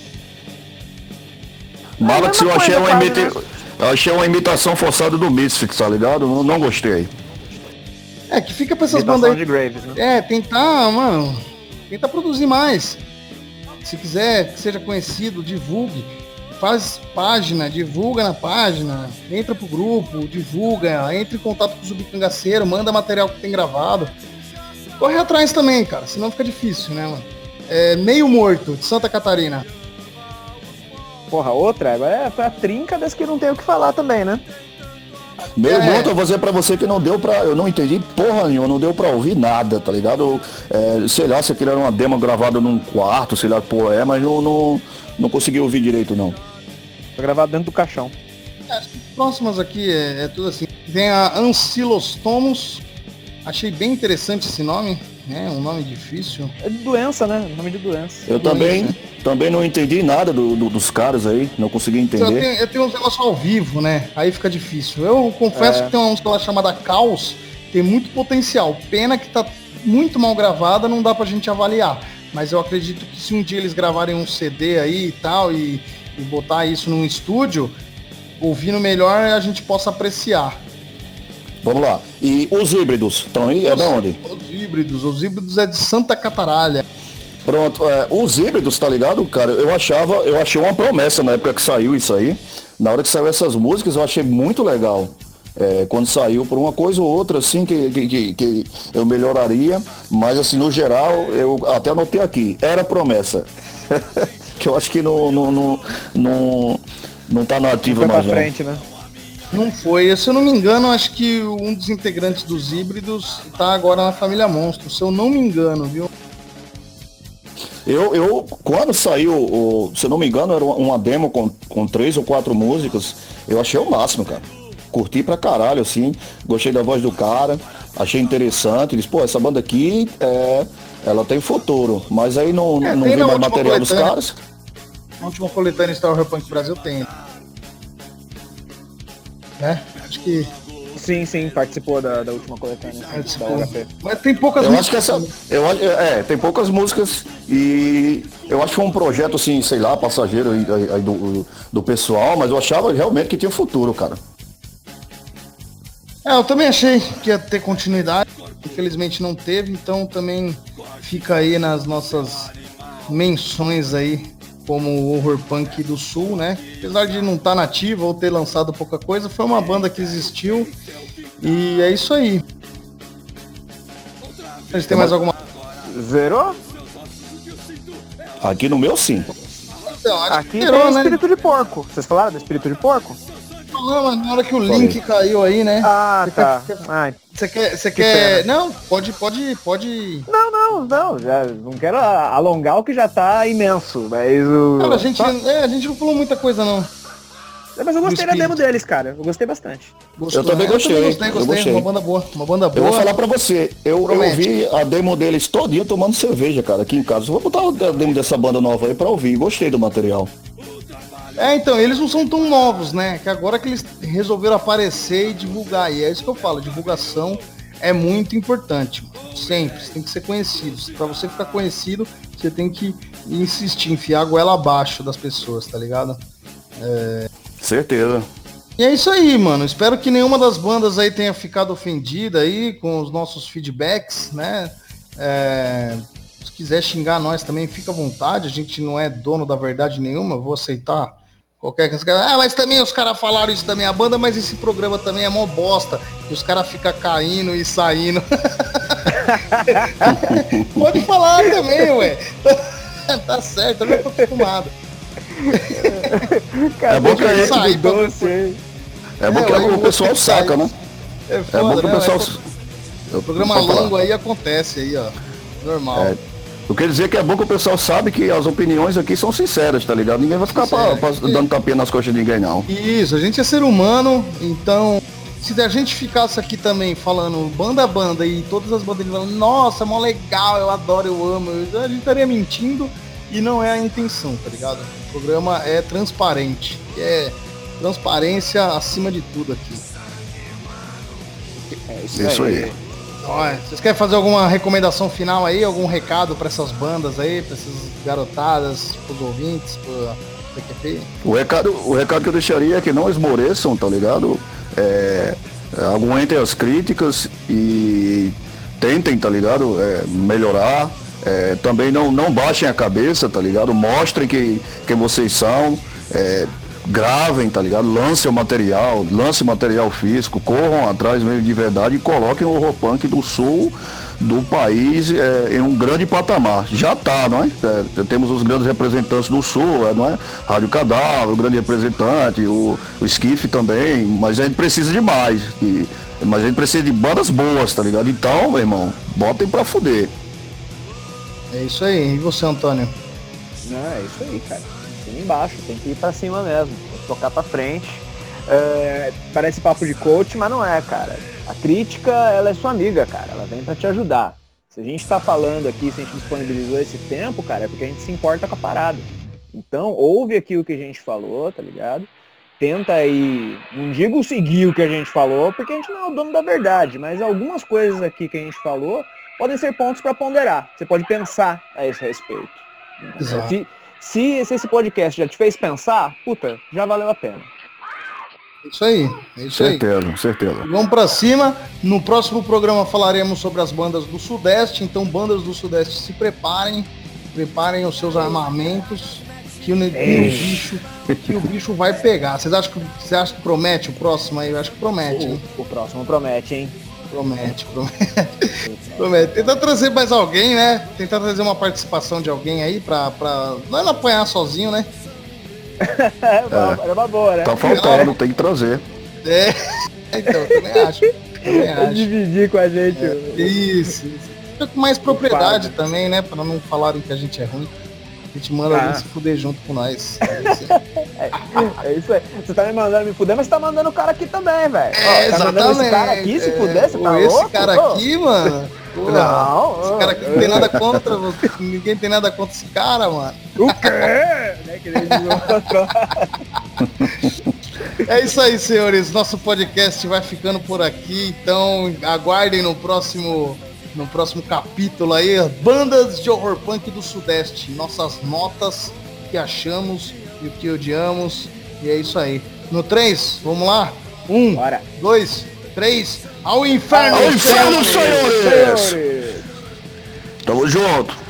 Malax,
É a
eu
mesma
achei,
coisa,
uma
quase,
imita... eu achei uma imitação forçada do Misfits, tá ligado? Não, não gostei.
É, que fica pra essas
imitação
bandas aí.
de Graves, né?
É, tentar, mano, tentar produzir mais. Se quiser que seja conhecido, divulgue. Faz página, divulga na página, entra pro grupo, divulga, entra em contato com o Subcangaceiro, manda material que tem gravado. Corre atrás também, cara, senão fica difícil, né, mano? É, Meio Morto, de Santa Catarina.
Porra, outra, agora é a trinca das que não tem o que falar também, né?
Meio
É.
ponto, eu vou dizer pra você que não deu pra. Eu não entendi porra nenhuma, não deu pra ouvir nada, tá ligado? É, sei lá, se aquilo era uma demo gravada num quarto, sei lá que porra é, mas não, não, não consegui ouvir direito, não.
Foi gravado dentro do caixão.
É, as próximas aqui é, é tudo assim. Tem a Ancylostomos. Achei bem interessante esse nome, né? Um nome difícil.
É de doença, né? Nome de doença.
Eu também, também não entendi nada do, do- dos caras aí, não consegui
Eu
entender.
tenho, eu tenho uns negócios ao vivo, né? Aí fica difícil. Eu confesso
É.
que tem uma música lá chamada Caos, tem muito potencial. Pena que tá muito mal gravada, não dá pra gente avaliar. Mas eu acredito que se um dia eles gravarem um C D aí e tal, e, e botar isso num estúdio, ouvindo melhor, a gente possa apreciar.
Vamos lá. E os híbridos, estão aí? É da onde?
Os híbridos, os híbridos é de Santa Cataralha.
Pronto, é, os híbridos, tá ligado, cara? Eu achava, eu achei uma promessa na época que saiu isso aí. Na hora que saiu essas músicas, eu achei muito legal. É, quando saiu por uma coisa ou outra, assim, que, que, que- que eu melhoraria. Mas, assim, no geral, eu até anotei aqui. Era promessa. Que eu acho que não, não, não, não, não tá na ativa
Foi pra
mais não.
frente, né?
Não foi. Se eu não me engano, acho que um dos integrantes dos híbridos tá agora na família Monstro. Se eu não me engano, viu?
Eu, eu, quando saiu, o, se eu não me engano, era uma demo com, com três ou quatro músicas, eu achei o máximo, cara. Curti pra caralho, assim, gostei da voz do cara, achei interessante, disse, pô, essa banda aqui, é, ela tem futuro, mas aí não,
É,
não
tem
vi
na
mais
última
material dos
coletânea.
caras.
A última coletânea Star Horror Punk Brasil tem. Né? Acho que
Sim, sim, participou da, da última coletânea.
é,
Da
tipo,
U H P.
mas tem poucas
Eu acho que
músicas.
essa. Eu, acho- é, tem poucas músicas e eu acho que foi um projeto assim, sei lá, passageiro aí, aí- aí do, do pessoal, mas eu achava realmente que tinha futuro, cara.
É, eu também achei que ia ter continuidade, infelizmente não teve, então também fica aí nas nossas menções aí, como o Horror Punk do Sul, né? Apesar de não estar nativa ou ter lançado pouca coisa, foi uma banda que existiu e é isso aí. A gente tem mais alguma
Zerou?
Aqui no meu, sim.
então, acho
Aqui
que
tem
zerou,
o
né?
espírito de porco. Vocês falaram do espírito de porco?
Não, mas na hora que o link caiu aí, né?
Ah,
Você
tá.
quer-
Ai.
Você quer. Você
Que
quer.
pena.
Não, pode, pode, pode.
Não, não, não. Já não quero alongar o que já tá imenso. Mas o.
Cara, a gente,
Só-
é, a gente não falou muita coisa, não.
É, mas eu gostei da
espírito.
demo deles, cara. Eu gostei bastante.
Gostou,
Eu também
né?
gostei,
gostei,
eu
gostei.
gostei.
Uma banda boa, uma banda
Eu
boa.
vou falar pra você, eu, eu
Promete.
ouvi a demo deles todinha tomando cerveja, cara, aqui em casa. Eu vou botar a demo dessa banda nova aí pra ouvir, gostei do material.
É, então, eles não são tão novos, né? Que agora que eles resolveram aparecer e divulgar. E é isso que eu falo, divulgação é muito importante. Sempre, você tem que ser conhecido. Pra você ficar conhecido, você tem que insistir, enfiar a goela abaixo das pessoas, tá ligado?
Certeza.
E é isso aí, mano. Espero que nenhuma das bandas aí tenha ficado ofendida aí com os nossos feedbacks, né? É, se quiser xingar nós também, fica à vontade. A gente não é dono da verdade nenhuma. Eu vou aceitar qualquer coisa. Ah, mas também os caras falaram isso da minha banda, mas esse programa também é mó bosta. E os caras ficam caindo e saindo. Pode falar também, ué. Tá certo, eu já tô acostumado.
Cara,
É bom que
deixa
a
eu
gente-
sair doce aí.
É bom
É,
que
aí
o
eu
pessoal
vou
saca,
sair.
né?
É
É
foda,
bom que o
né?
pessoal...
É, programa
Pode falar.
longo aí acontece aí, ó. Normal.
É, eu quero dizer que é bom que o pessoal sabe que as opiniões aqui são sinceras, tá ligado? Ninguém vai ficar pra- pra- dando tapinha nas costas de ninguém, não.
Isso, a gente é ser humano, então se a gente ficasse aqui também falando banda a banda e todas as bandas falando, nossa, é mó legal, eu adoro, eu amo, eu- a gente estaria mentindo e não é a intenção, tá ligado? O programa é transparente, é transparência acima de tudo aqui.
É isso,
Isso aí.
aí.
Ó, vocês querem fazer alguma recomendação final aí, algum recado para essas bandas aí, para essas garotadas, pros ouvintes, pro P Q P?
O recado, o recado que eu deixaria é que não esmoreçam, tá ligado? É, é, aguentem as críticas e tentem, tá ligado? É, melhorar. É, também não, não baixem a cabeça, tá ligado? Mostrem que, quem vocês são. É, gravem, tá ligado? Lancem o material, lancem material físico, corram atrás mesmo de verdade e coloquem o Horror Punk do Sul do país é, em um grande patamar. Já tá, não é? É, temos os grandes representantes do Sul, é, não é? Rádio Cadáver, o grande representante, o, o Skiff também, mas a gente precisa de mais. E, mas a gente precisa de bandas boas, tá ligado? Então, meu irmão, botem pra fuder.
É isso aí, e você, Antônio?
Não, é isso aí, cara. Cima embaixo, tem que ir pra cima mesmo, tem que tocar pra frente. É, parece papo de coach, mas não é, cara. A crítica, ela é sua amiga, cara. Ela vem pra te ajudar. Se a gente tá falando aqui, se a gente disponibilizou esse tempo, cara, é porque a gente se importa com a parada. Então, ouve aqui o que a gente falou, tá ligado? Tenta aí, não digo seguir o que a gente falou, porque a gente não é o dono da verdade, mas algumas coisas aqui que a gente falou podem ser pontos pra ponderar. Você pode pensar a esse respeito.
Exato.
Se, se, se esse podcast já te fez pensar, puta, já valeu a pena.
Isso aí, é isso aí.
Certeza, certeza.
Vamos pra cima. No próximo programa falaremos sobre as bandas do Sudeste. Então, bandas do Sudeste, se preparem. Preparem os seus armamentos. Que o, ne- que o bicho, que o bicho vai pegar. Vocês acham que, você acha que promete o próximo aí? Eu acho que promete, hein?
O, o próximo promete, hein?
Promete, promete. Promete. Tentar trazer mais alguém, né? Tentar trazer uma participação de alguém aí pra, pra não apanhar sozinho, né?
É, uma- era uma boa, né?
Tá faltando, tem que trazer.
É. Então, eu também acho. Também
Pra
acho.
dividir com a gente.
Isso. fica com mais propriedade também, né? Pra não falarem que a gente é ruim. A gente manda
Ah.
alguém se fuder junto com nós.
É, é isso aí. Você tá me mandando me fuder, mas você tá mandando o cara aqui também, velho.
É,
Tá mandando esse
exatamente.
cara aqui se fuder, você
É,
tá
esse
louco?
cara
Ô,
aqui, mano. Pô,
Não,
esse cara aqui não tem nada contra você. Ninguém tem nada contra esse cara, mano.
O quê? Né, que nem diz o outro.
É isso aí, senhores. Nosso podcast vai ficando por aqui. Então, aguardem no próximo, no próximo capítulo aí, bandas de horror punk do Sudeste. Nossas notas, o que achamos e o que odiamos. E é isso aí. No três, vamos lá? Um,
Bora.
dois, três. Ao inferno,
Ao inferno,
senhores!
senhores!
Senhores.
Tamo junto.